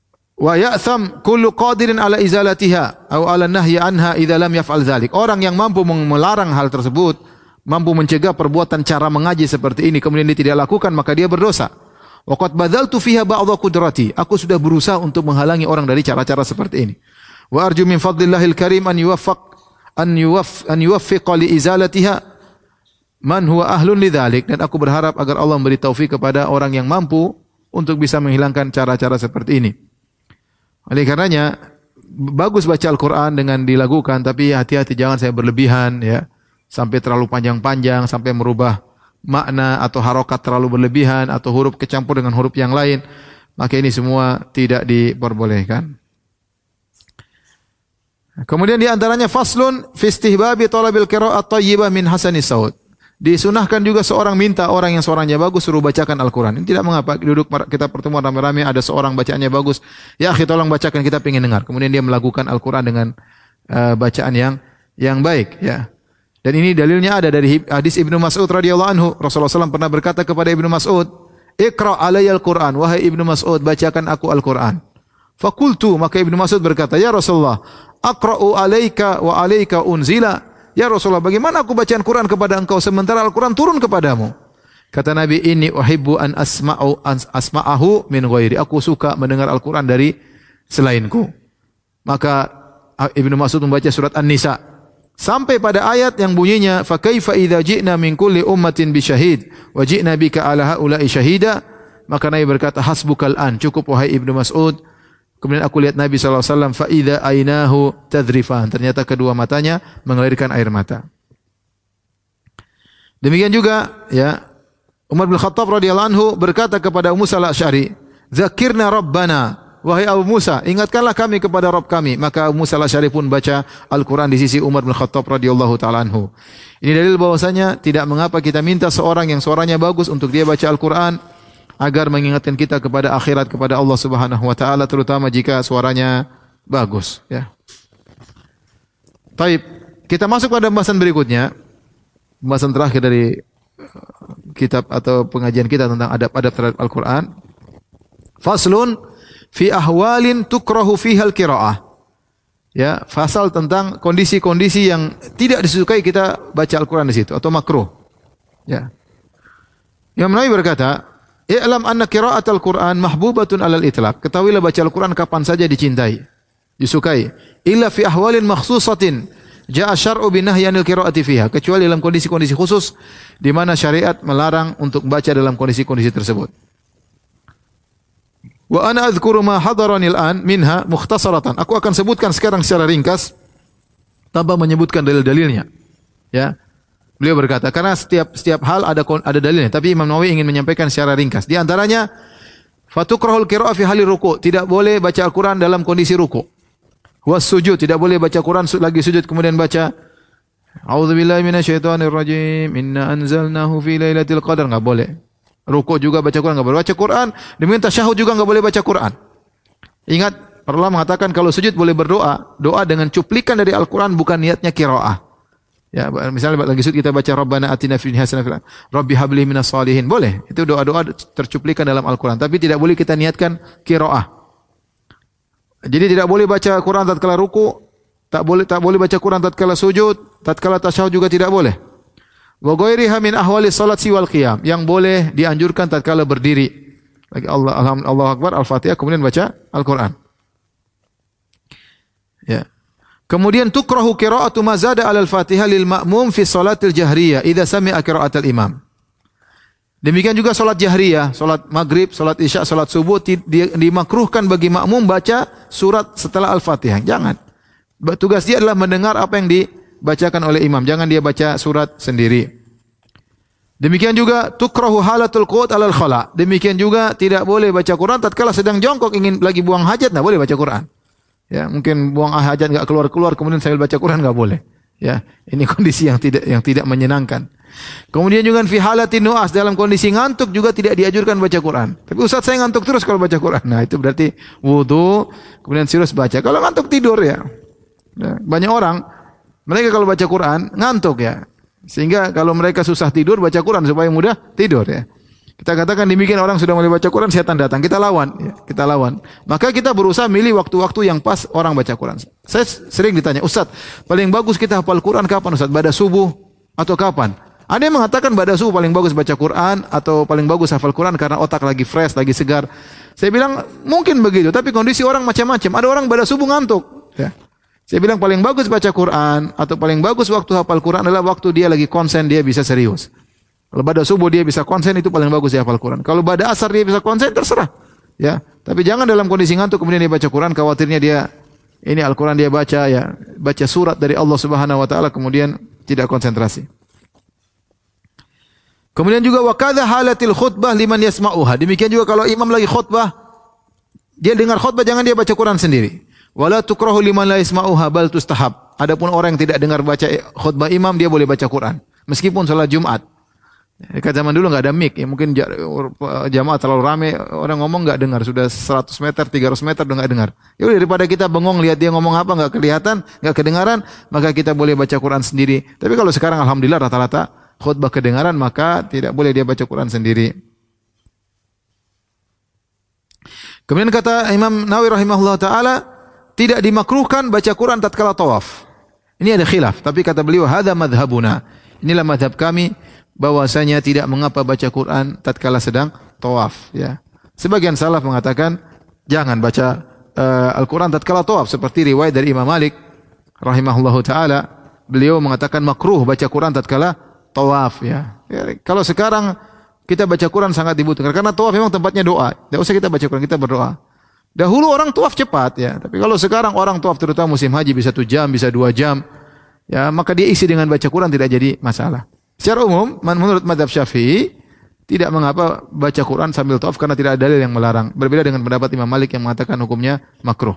Wa ya'tham kullu qadirin ala izalatiha atau ala nahyi anha idza lam yaf'al dzalik. Orang yang mampu melarang hal tersebut, mampu mencegah perbuatan cara mengaji seperti ini kemudian dia tidak lakukan, maka dia berdosa. Wa qad badzaltu fiha ba'dha qudrati. Aku sudah berusaha untuk menghalangi orang dari cara-cara seperti ini. Wa arju min fadlillahil karim an yuwaffiqa li izalatiha man huwa ahlun lidzalik, dan aku berharap agar Allah memberi taufik kepada orang yang mampu untuk bisa menghilangkan cara-cara seperti ini. Oleh karenanya bagus baca Al-Qur'an dengan dilakukan, tapi hati-hati jangan saya berlebihan ya, sampai terlalu panjang-panjang sampai merubah makna atau harokat terlalu berlebihan atau huruf kecampur dengan huruf yang lain, maka ini semua tidak diperbolehkan. Kemudian di antaranya faslun fi istihbabi talabil qira'at thayyibah min hasanis saut. Disunahkan juga seorang minta orang yang suaranya bagus suruh bacakan Al-Qur'an. Ini tidak mengapa, duduk kita pertemuan rame-rame ada seorang bacaannya bagus, ya akhi tolong bacakan, kita ingin dengar. Kemudian dia melakukan Al-Qur'an dengan bacaan yang baik ya. Dan ini dalilnya ada dari hadis Ibnu Mas'ud radhiyallahu anhu. Rasulullah SAW pernah berkata kepada Ibnu Mas'ud, "Iqra' alayya al-Qur'an." Wahai Ibnu Mas'ud, bacakan aku Al-Qur'an. Fakultu, maka Ibnu Mas'ud berkata, "Ya Rasulullah, aqra'u alayka wa alayka unzila." Ya Rasulullah, bagaimana aku bacaan Quran kepada engkau sementara Al-Qur'an turun kepadamu? Kata Nabi, "Inni uhibbu an asma'ahu min ghairi." Aku suka mendengar Al-Qur'an dari selainku. Maka Ibnu Mas'ud membaca surat An-Nisa sampai pada ayat yang bunyinya, "Fa kaifa idza ji'na min kulli ummatin bi syahid wa ji'na bika 'ala haula'i syahida." Maka Nabi berkata, "Hasbukal an." Cukup wahai Ibnu Mas'ud. Kemudian aku lihat Nabi SAW, fa idza ainahu tadrifan. Ternyata kedua matanya mengalirkan air mata. Demikian juga ya, Umar bin Khattab radhiyallahu anhu berkata kepada Abu Musa al-Asy'ari, "Dzakirna Rabbana." Wahai Abu Musa, ingatkanlah kami kepada Rabb kami. Maka Abu Musa al-Asy'ari pun baca Al-Quran di sisi Umar bin Khattab radhiyallahu ta'ala anhu. Ini dalil bahwasanya tidak mengapa kita minta seorang yang suaranya bagus untuk dia baca Al-Quran, agar mengingatkan kita kepada akhirat, kepada Allah Subhanahu wa taala, terutama jika suaranya bagus ya. Baik, kita masuk pada pembahasan berikutnya. Pembahasan terakhir dari kitab atau pengajian kita tentang adab-adab terhadap Al-Qur'an. Faslun fi ahwalin tukrahu fiha al-qiraah. Ya, fasal tentang kondisi-kondisi yang tidak disukai kita baca Al-Qur'an di situ atau makruh. Ya. Yang Nabi berkata, "I'lam anna qira'atal Qur'an mahbubatun 'alal itlaq." Ketahuilah baca Al-Qur'an kapan saja dicintai, disukai. Illa fi ahwalin makhsusatin ja'a syar'u binahyanil qira'ati fiha. Kecuali dalam kondisi-kondisi khusus di mana syariat melarang untuk baca dalam kondisi-kondisi tersebut. Wa ana adhkuru ma hadarani al-an minha mukhtasaratan. Aku akan sebutkan sekarang secara ringkas tanpa menyebutkan dalil-dalilnya. Ya. Beliau berkata, karena setiap hal ada dalilnya, tapi Imam Nawawi ingin menyampaikan secara ringkas. Di antaranya, fatukrahul qira'ah fi halir ruku', tidak boleh baca Al-Qur'an dalam kondisi ruku'. Was sujud, tidak boleh baca Quran lagi sujud kemudian baca A'udzubillahi minasyaitonir rajim, inna anzalnahu fi lailatul qadar, enggak boleh. Ruku' juga baca Quran enggak boleh. Baca Quran, demikian tasyahud juga enggak boleh baca Quran. Ingat, para ulama mengatakan kalau sujud boleh berdoa, doa dengan cuplikan dari Al-Qur'an bukan niatnya qiraah. Ya, misalnya lagi sujud kita baca Rabbana atina fid dunya hasanah, Rabbi habli minas shalihin. Boleh. Itu doa-doa tercuplikan dalam Al-Qur'an, tapi tidak boleh kita niatkan qiraah. Jadi tidak boleh baca Quran tatkala ruku, tak boleh baca Quran tatkala sujud, tatkala tasyahud juga tidak boleh. Wa ghairiha min ahwali salat siwal qiyam. Yang boleh dianjurkan tatkala berdiri. Lagi Allahu Akbar, Al-Fatihah kemudian baca Al-Qur'an. Ya. Kemudian tukrahu qira'atu ma zada 'alal Fatihah lil ma'mum fi shalatil jahriyah idza sami'a qira'atal imam. Demikian juga salat jahriyah, salat maghrib, salat isya, salat subuh dimakruhkan bagi makmum baca surat setelah Al-Fatihah. Jangan. Tugas dia adalah mendengar apa yang dibacakan oleh imam, jangan dia baca surat sendiri. Demikian juga tukrahu halatul qu'ud 'alal khala. Demikian juga tidak boleh baca Quran tatkala sedang jongkok ingin lagi buang hajat, enggak boleh baca Quran. Ya, mungkin buang hajat enggak keluar-keluar kemudian sambil baca Quran enggak boleh. Ya, ini kondisi yang tidak menyenangkan. Kemudian juga fi halatin nu'as, dalam kondisi ngantuk juga tidak dianjurkan baca Quran. Tapi Ustaz saya ngantuk terus kalau baca Quran. Nah, itu berarti wudu kemudian serius baca. Kalau ngantuk tidur ya. Banyak orang mereka kalau baca Quran ngantuk ya. Sehingga kalau mereka susah tidur baca Quran supaya mudah tidur ya. Kita katakan demikian orang sudah mulai baca Quran, setan datang. Kita lawan, ya, kita lawan. Maka kita berusaha milih waktu-waktu yang pas orang baca Quran. Saya sering ditanya, Ustaz, paling bagus kita hafal Quran kapan Ustaz? Pada subuh atau kapan? Ada yang mengatakan pada subuh paling bagus baca Quran atau paling bagus hafal Quran karena otak lagi fresh, lagi segar. Saya bilang mungkin begitu, tapi kondisi orang macam-macam. Ada orang pada subuh ngantuk. Ya. Saya bilang paling bagus baca Quran atau paling bagus waktu hafal Quran adalah waktu dia lagi konsen, dia bisa serius. Kalau pada subuh dia bisa konsen, itu paling bagus dia hafal Quran. Kalau pada asar dia bisa konsen, terserah. Ya, tapi jangan dalam kondisi ngantuk kemudian dia baca Quran, khawatirnya dia ini Al-Quran dia baca ya, baca surat dari Allah Subhanahu wa taala kemudian tidak konsentrasi. Kemudian juga wa kadza halatil khutbah liman yasma'uha. Demikian juga kalau imam lagi khutbah, dia dengar khutbah jangan dia baca Quran sendiri. Wala tukrahu liman la yasma'uha bal tustahab. Adapun orang yang tidak dengar baca khutbah imam, dia boleh baca Quran meskipun salat Jumat. Dekat zaman dulu enggak ada mic, ya mungkin jamaah terlalu ramai, orang ngomong enggak dengar, sudah 100 meter, 300 meter udah enggak dengar. Ya udah, daripada kita bengong lihat dia ngomong apa enggak kelihatan, enggak kedengaran, maka kita boleh baca Quran sendiri. Tapi kalau sekarang alhamdulillah rata-rata khutbah kedengaran, maka tidak boleh dia baca Quran sendiri. Kemudian kata Imam Nawawi rahimahullah taala, tidak dimakruhkan baca Quran tatkala tawaf. Ini ada khilaf, tapi kata beliau hadza madhhabuna. Inilah madhab kami, bahwasanya tidak mengapa baca Quran tatkala sedang tawaf, ya. Sebagian salaf mengatakan jangan baca Al-Quran tatkala tawaf, seperti riwayat dari Imam Malik rahimahullahu taala, beliau mengatakan makruh baca Quran tatkala tawaf, ya. Kalau sekarang kita baca Quran sangat dibutuhkan karena tawaf memang tempatnya doa. Tidak usah kita baca Quran, kita berdoa. Dahulu orang tawaf cepat, ya, tapi kalau sekarang orang tawaf terutama musim haji bisa 1 jam, bisa 2 jam, ya, maka dia isi dengan baca Quran tidak jadi masalah. Secara umum, menurut mazhab Syafi'i, tidak mengapa baca Quran sambil tawaf karena tidak ada dalil yang melarang. Berbeda dengan pendapat Imam Malik yang mengatakan hukumnya makruh.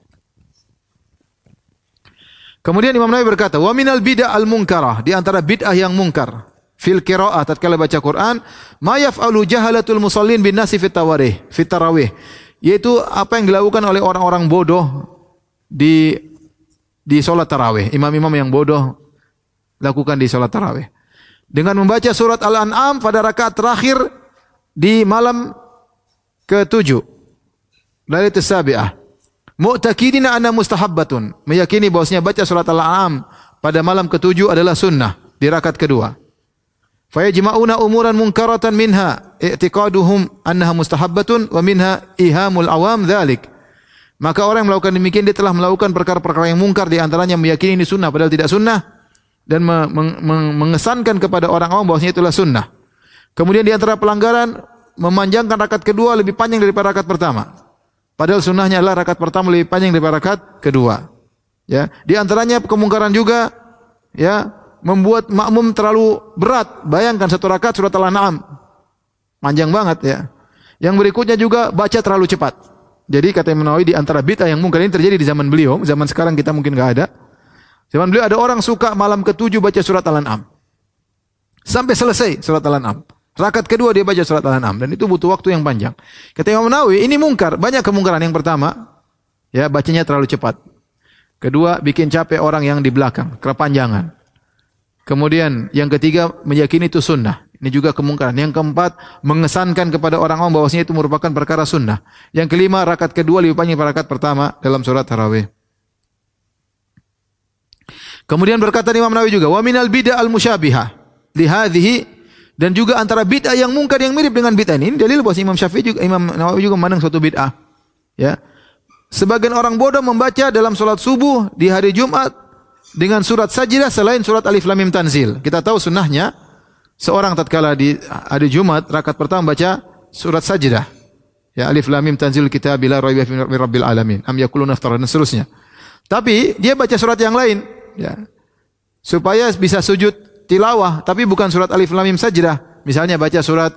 Kemudian Imam Nawawi berkata, "Wa minal bid'ah al-munkarah", di antara bid'ah yang mungkar, fil qiraah tatkala baca Quran, ma yaf'alu jahalatul musallin bin nasi fit tarawih, yaitu apa yang dilakukan oleh orang-orang bodoh di salat tarawih. Imam-imam yang bodoh lakukan di salat tarawih. Dengan membaca surat Al-An'am pada rakaat terakhir di malam ke-7. Lailatul Sabi'ah. Mu'taqidina anna mustahabbatun. Meyakini bahwasanya baca surat Al-An'am pada malam ke-7 adalah sunnah di rakaat kedua. Fa yajma'una umuran munkaratan minha i'tiqaduhum annaha mustahabbatun wa minha ihamul awam dzalik. Maka orang yang melakukan demikian dia telah melakukan perkara-perkara yang mungkar, di antaranya meyakini ini sunnah padahal tidak sunnah, dan mengesankan kepada orang awam bahwasanya itulah sunnah. Kemudian di antara pelanggaran memanjangkan rakaat kedua lebih panjang daripada rakaat pertama. Padahal sunnahnya adalah rakaat pertama lebih panjang daripada rakaat kedua. Ya, di antaranya kemungkaran juga, ya, membuat makmum terlalu berat. Bayangkan satu rakaat surat Al-An'am, panjang banget, ya. Yang berikutnya juga baca terlalu cepat. Jadi kata Imam Nawawi, di antara bid'ah yang mungkin ini terjadi di zaman beliau, zaman sekarang kita mungkin enggak ada. Zaman beliau ada orang suka malam ke-7 baca surat Al-An'am. Sampai selesai surat Al-An'am. Rakaat kedua dia baca surat Al-An'am dan itu butuh waktu yang panjang. Kata Imam Nawawi, ini mungkar, banyak kemungkaran. Yang pertama, ya, bacanya terlalu cepat. Kedua, bikin capek orang yang di belakang, kepanjangan. Kemudian yang ketiga, meyakini itu sunnah. Ini juga kemungkaran. Yang keempat, mengesankan kepada orang awam bahwasanya itu merupakan perkara sunnah. Yang kelima, rakaat kedua lebih panjang daripada rakaat pertama dalam surat tarawih. Kemudian berkata Imam Nawawi juga, wa minal bid'ah al-musyabihah li hadhihi, dan juga antara bid'ah yang mungkar yang mirip dengan bid'ah ini dalil bahwa Imam Syafi'i juga, Imam Nawawi juga memandang suatu bid'ah. Ya. Sebagian orang bodoh membaca dalam salat subuh di hari Jumat dengan surat Sajdah selain surat Alif Lam Mim Tanzil. Kita tahu sunnahnya seorang tatkala di hari Jumat rakaat pertama baca surat Sajdah. Ya, Alif Lam Mim Tanzil Kitab la raiba fihi min rabbil alamin. Am yaquluna iftara, dan seterusnya. Tapi dia baca surat yang lain, ya, supaya bisa sujud tilawah, tapi bukan surat Alif Lam Mim Sajdah. Misalnya baca surat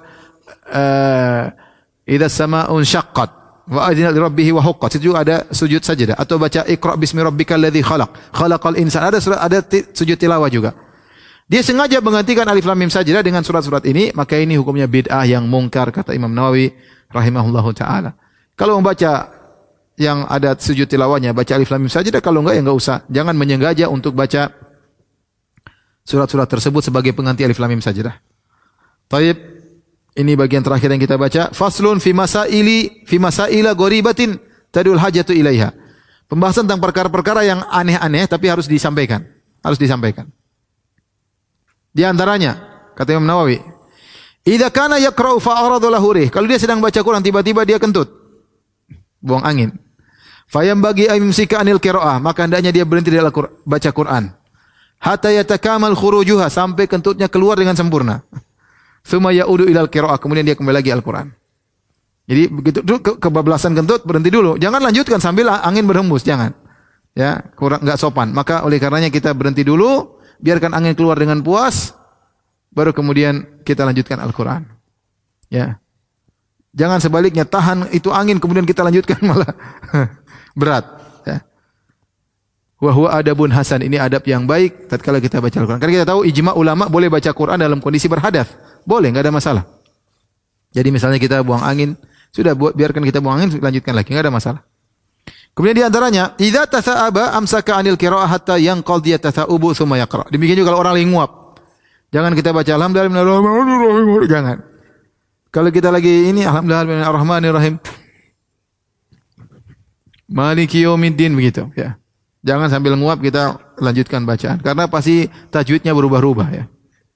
Idza samaa'un syaqqat wa adzinat li rabbih wa huqqat, itu juga ada sujud sajdah. Atau baca Iqra bismi rabbikal ladzi khalaq, khalaqal insana, ada surat, ada sujud tilawah juga. Dia sengaja menggantikan Alif Lam Mim Sajdah dengan surat-surat ini, maka ini hukumnya bid'ah yang mungkar kata Imam Nawawi rahimahullahu taala. Kalau membaca yang ada sujud tilawahnya, baca Alif Lam Mim Sajdah, kalau enggak ya enggak usah. Jangan menyengaja untuk baca surat-surat tersebut sebagai pengganti Alif Lam Mim Sajdah. Baik. Ini bagian terakhir yang kita baca. Faslun fi masaila ghoribatin tadul hajatu ilaiha. Pembahasan tentang perkara-perkara yang aneh-aneh tapi harus disampaikan. Harus disampaikan. Di antaranya, kata Imam Nawawi, idza kana yaqra'u fa arada lahu rih. Kalau dia sedang baca Quran tiba-tiba dia kentut. Buang angin. Fayam bagi ayumsika anil qiraah, maka hendaknya dia berhenti dari baca Quran. Hatta yatakamal khurujuha, sampai kentutnya keluar dengan sempurna. Tsumma ya'udu ilal qiraah, kemudian dia kembali lagi Al-Qur'an. Jadi begitu kebablasan kentut berhenti dulu. Jangan lanjutkan sambil angin berhembus, jangan. Ya, kurang enggak sopan. Maka oleh karenanya kita berhenti dulu, biarkan angin keluar dengan puas, baru kemudian kita lanjutkan Al-Qur'an. Ya. Jangan sebaliknya tahan itu angin kemudian kita lanjutkan malah berat, ya. Wa huwa adabun hasan, ini adab yang baik tatkala kita baca Al-Qur'an. Karena kita tahu ijma ulama boleh baca Quran dalam kondisi berhadath. Boleh, enggak ada masalah. Jadi misalnya kita buang angin, sudah biarkan kita buang angin, lanjutkan lagi, enggak ada masalah. Kemudian di antaranya, idza tasa'aba amsaka 'anil qira'ah hatta yanqadhi tasa'ubu tsumma yaqra. Demikian juga kalau orang lagi nguap. Jangan kita baca alhamdulillah, jangan. Kalau kita lagi ini alhamdulillahirrahmanirrahim. Maliki yaumiddin begitu, ya. Jangan sambil nguap kita lanjutkan bacaan karena pasti tajwidnya berubah-ubah, ya.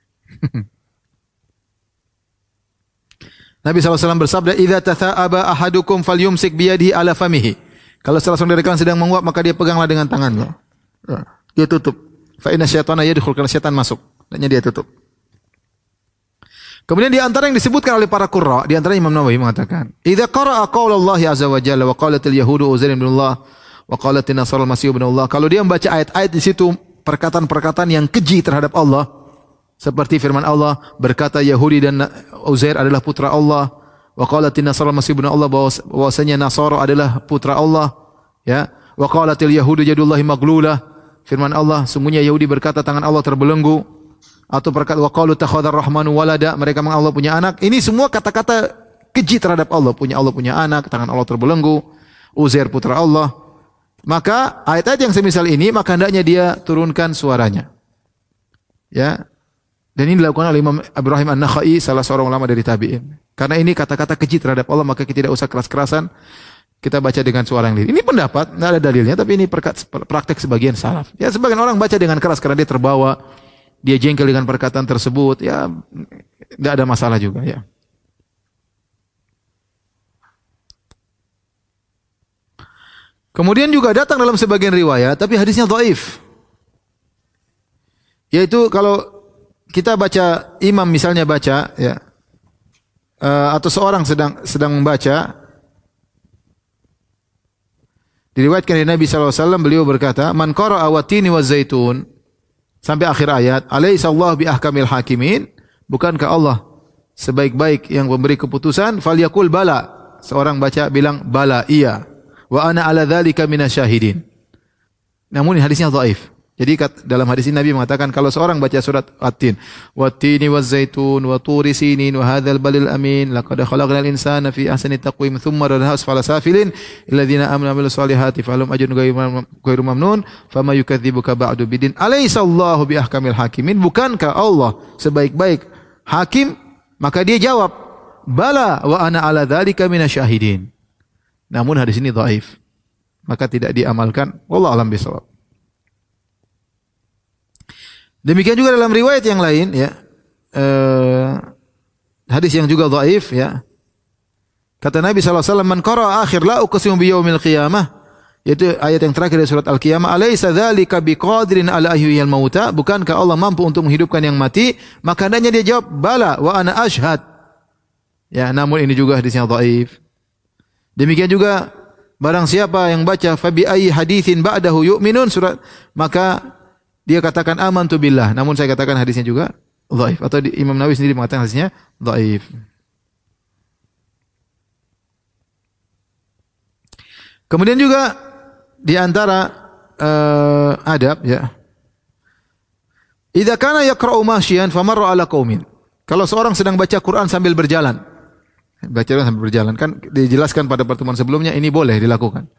Nabi SAW bersabda, "Idza tatha'aba ahadukum falyumsik biyadihi ala famihi." Kalau salah seorang dari kalian sedang menguap, maka dia peganglah dengan tangannya. Dia tutup. Fa inna syaitana yadkhul, karena syaitan masuk. Dan dia tutup. Kemudian di antara yang disebutkan oleh para qurra, di antara Imam Nawawi mengatakan, "Idza qara'a qaulallahi azza wa jalla wa qalatil yahudu Uzair ibn Allah wa qalatin nasara al-masih ibn Allah." Kalau dia membaca ayat-ayat di situ perkataan-perkataan yang keji terhadap Allah, seperti firman Allah, berkata Yahudi dan Uzair adalah putra Allah, wa qalatin nasara al-masih ibn Allah, bahwasanya Nasara adalah putra Allah, ya. Wa qalatil yahudu yadullahi maglulah, firman Allah, sungguhnya Yahudi berkata tangan Allah terbelenggu, atau berkata wa qalu takhadar rahmanu walada, mereka menganggap Allah punya anak. Ini semua kata-kata keji terhadap Allah. Allah punya anak, tangan Allah terbelenggu, Uzair putra Allah. Maka ayat-ayat yang semisal ini, maka hendaknya dia turunkan suaranya. Ya. Dan ini dilakukan oleh Imam Ibrahim An-Nakhai, salah seorang ulama dari tabi'in. Karena ini kata-kata keji terhadap Allah, maka kita tidak usah keras-kerasan. Kita baca dengan suara yang lirih. Ini pendapat, tidak ada dalilnya, tapi ini praktek sebagian salaf. Ya, sebagian orang baca dengan keras karena dia terbawa, dia jengkel dengan perkataan tersebut, ya tidak ada masalah juga, ya. Kemudian juga datang dalam sebagian riwayat, tapi hadisnya dhaif. Yaitu kalau kita baca, imam misalnya baca, ya, atau seorang sedang membaca, diriwayatkan dari Nabi SAW, beliau berkata, "Man qara'a watini wa zaitun," sampai akhir ayat, "Alaysa Allah bi ahkamil hakimin?" Bukankah Allah sebaik-baik yang memberi keputusan? Falyaqul bala. Seorang baca bilang bala, iya. Wa ana ala dzalika minasyahidin. Namun hadisnya dhaif. Jadi dalam hadis ini Nabi mengatakan kalau seorang baca surat At-Tin, "Wat-tini waz-zaitun wa turi sinin wa hadzal balil amin, laqad khalaqnal insana fi ahsani taqwim, thumma radnahu asfala safilin, alladziina aamanu wa 'amilus solihati falahum ajrun ghairu mamnun, fama yukadzibuka ba'du bidin. Alaysa Allahu bi ahkamil hakimin?" Bukankah Allah sebaik-baik hakim? Maka dia jawab, "Bala wa ana 'ala dzalika minasyahidin." Namun hadis ini dhaif. Maka tidak diamalkan. Wallahu a'lam bishawab. Demikian juga dalam riwayat yang lain, ya, hadis yang juga dhaif, ya. Kata Nabi SAW, "Man qara'a akhir la uqsimu bi yaumil qiyamah," yaitu ayat yang terakhir dari surat Al-Qiyamah, "Alaysa dzalika biqadirin ala ahyiyil mauta?" Bukankah Allah mampu untuk menghidupkan yang mati? Maka hendaknya dia jawab, "Bala wa ana ashhad." Ya, namun ini juga hadisnya dhaif. Demikian juga barang siapa yang baca fa bi ayyi haditsin ba'dahu yu'minun surat, maka dia katakan amantu billah. Namun saya katakan hadisnya juga dhaif, atau Imam Nawawi sendiri mengatakan hadisnya dhaif. Kemudian juga di antara adab, ya, idza kana yaqra'u masyian famarra ala qaumin. Kalau seorang sedang baca Quran sambil berjalan, kan dijelaskan pada pertemuan sebelumnya ini boleh dilakukan.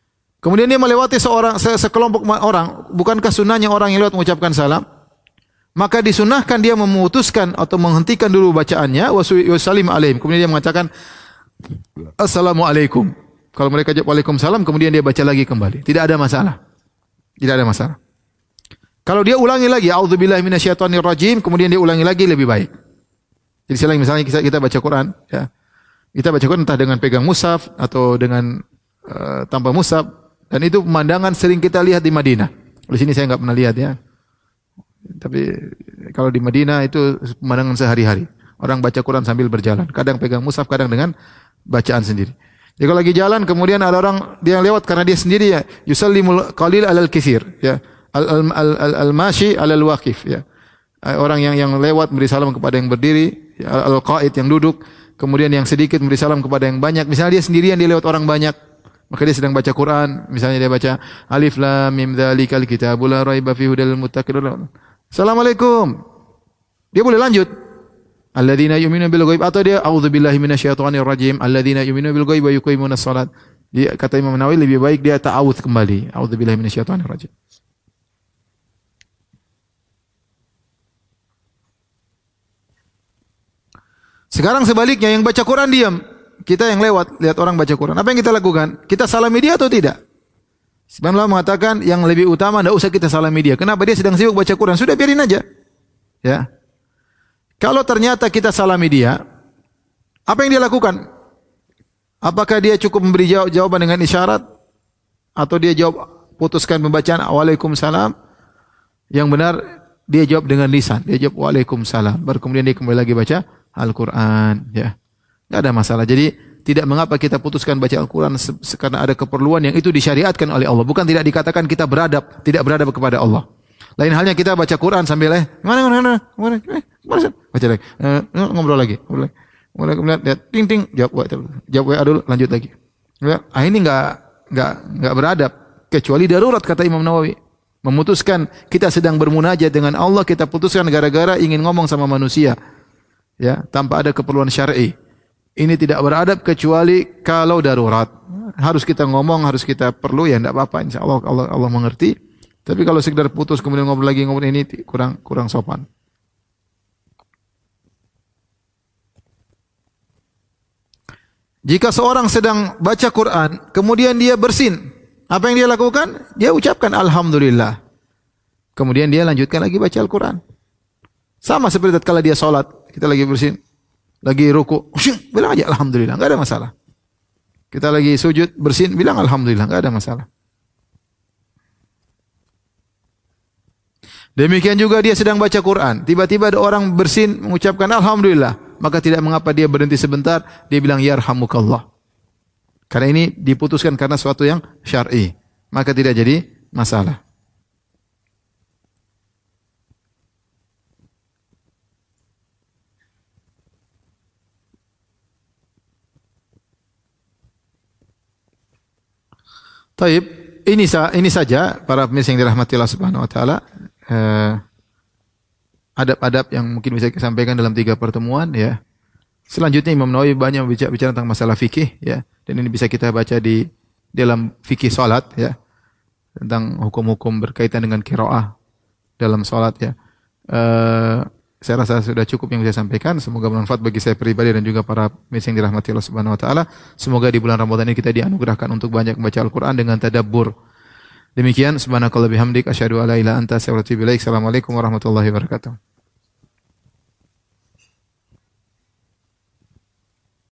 Kemudian dia melewati sekelompok orang, bukankah sunnahnya orang yang lewat mengucapkan salam? maka disunahkan dia memutuskan atau menghentikan dulu bacaannya wasallim alaihim. Kemudian dia mengatakan assalamualaikum. Kalau mereka jawab waalaikumsalam, kemudian dia baca lagi kembali. Tidak ada masalah. Tidak ada masalah. Kalau dia ulangi lagi a'udzubillahi minasyaitonirrajim, kemudian dia ulangi lagi lebih baik. Jadi selain misalnya kita baca Quran, ya. Kita baca Quran entah dengan pegang mushaf atau dengan tanpa mushaf, dan itu pemandangan sering kita lihat di Madinah. Di sini saya enggak pernah lihat ya. Tapi kalau di Madinah itu pemandangan sehari-hari. Orang baca Quran sambil berjalan, kadang pegang mushaf, kadang dengan bacaan sendiri. Jadi kalau lagi jalan kemudian ada orang dia yang lewat karena dia sendiri ya, yusallimul qalil alal katsir ya. Al-mashi alal waqif ya. Orang yang lewat beri salam kepada yang berdiri, ya, al-qaid yang duduk, kemudian yang sedikit beri salam kepada yang banyak. Misalnya dia sendirian dia lewat orang banyak, maka dia sedang baca Quran, misalnya dia baca alif lam mim dzalikal kitabul la raiba fihi hudal muttaqin. Assalamualaikum. Dia boleh lanjut. Alladzina yu'minuna bil ghaib, atau dia a'udzubillahi minasyaitonir rajim. Alladzina yu'minuna bil ghaib wa yuqimunas shalat. Dia kata Imam Nawawi lebih baik dia ta'awudz kembali. A'udzubillahi minasyaitonir rajim. Sekarang sebaliknya yang baca Quran diam. Kita yang lewat lihat orang baca Quran. Apa yang kita lakukan? Kita salami dia atau tidak? Sebenarnya mengatakan yang lebih utama tidak usah kita salami dia. Kenapa? Dia sedang sibuk baca Quran. Sudah biarin aja. Ya. Kalau ternyata kita salami dia, apa yang dia lakukan? Apakah dia cukup memberi jawaban dengan isyarat? Atau dia jawab putuskan pembacaan Waalaikumsalam? Yang benar dia jawab dengan lisan. Dia jawab Waalaikumsalam. Baru kemudian dia kembali lagi baca Al-Quran. Ya. Tidak ada masalah. Jadi tidak mengapa kita putuskan baca Al-Quran karena ada keperluan yang itu disyariatkan oleh Allah. Bukan tidak dikatakan kita beradab, tidak beradab kepada Allah. Lain halnya kita baca Quran sambil mana, baca lagi, ngobrol lagi. Kemudian lihat ting jawab wa dulu, lanjut lagi. Ini enggak beradab kecuali darurat kata Imam Nawawi. Memutuskan kita sedang bermunajat dengan Allah, kita putuskan gara-gara ingin ngomong sama manusia. Ya, tanpa ada keperluan syar'i. Ini tidak beradab kecuali kalau darurat. Harus kita ngomong, harus kita perlu ya enggak apa-apa, insyaallah Allah mengerti. Tapi kalau sekedar putus kemudian ngobrol ini kurang sopan. Jika seorang sedang baca Quran, kemudian dia bersin, apa yang dia lakukan? Dia ucapkan alhamdulillah. Kemudian dia lanjutkan lagi baca Al-Quran. Sama seperti tatkala dia salat, kita lagi bersin, lagi ruku, bilang aja alhamdulillah, enggak ada masalah. Kita lagi sujud, bersin, bilang alhamdulillah, enggak ada masalah. Demikian juga dia sedang baca Quran, tiba-tiba ada orang bersin mengucapkan alhamdulillah, maka tidak mengapa dia berhenti sebentar, dia bilang yarhamukallah. Karena ini diputuskan karena suatu yang syar'i, maka tidak jadi masalah. Taib, ini saja para pemirsa yang dirahmati Allah Subhanahu wa taala. Adab-adab yang mungkin bisa kita sampaikan dalam 3 pertemuan ya. Selanjutnya Imam Nawawi banyak bicara tentang masalah fikih ya, dan ini bisa kita baca di dalam fikih salat ya, tentang hukum-hukum berkaitan dengan qiraah dalam salat ya. Saya rasa sudah cukup yang bisa saya sampaikan. Semoga bermanfaat bagi saya pribadi dan juga para pemirsa yang dirahmati Allah Subhanahu wa taala. Semoga di bulan Ramadan ini kita dianugerahkan untuk banyak membaca Al-Qur'an dengan tadabbur. Demikian subhanakallah bihamdik asyhadu alla ilaha illa anta astaghfiruka wa atubu ilaik. Assalamualaikum warahmatullahi wabarakatuh.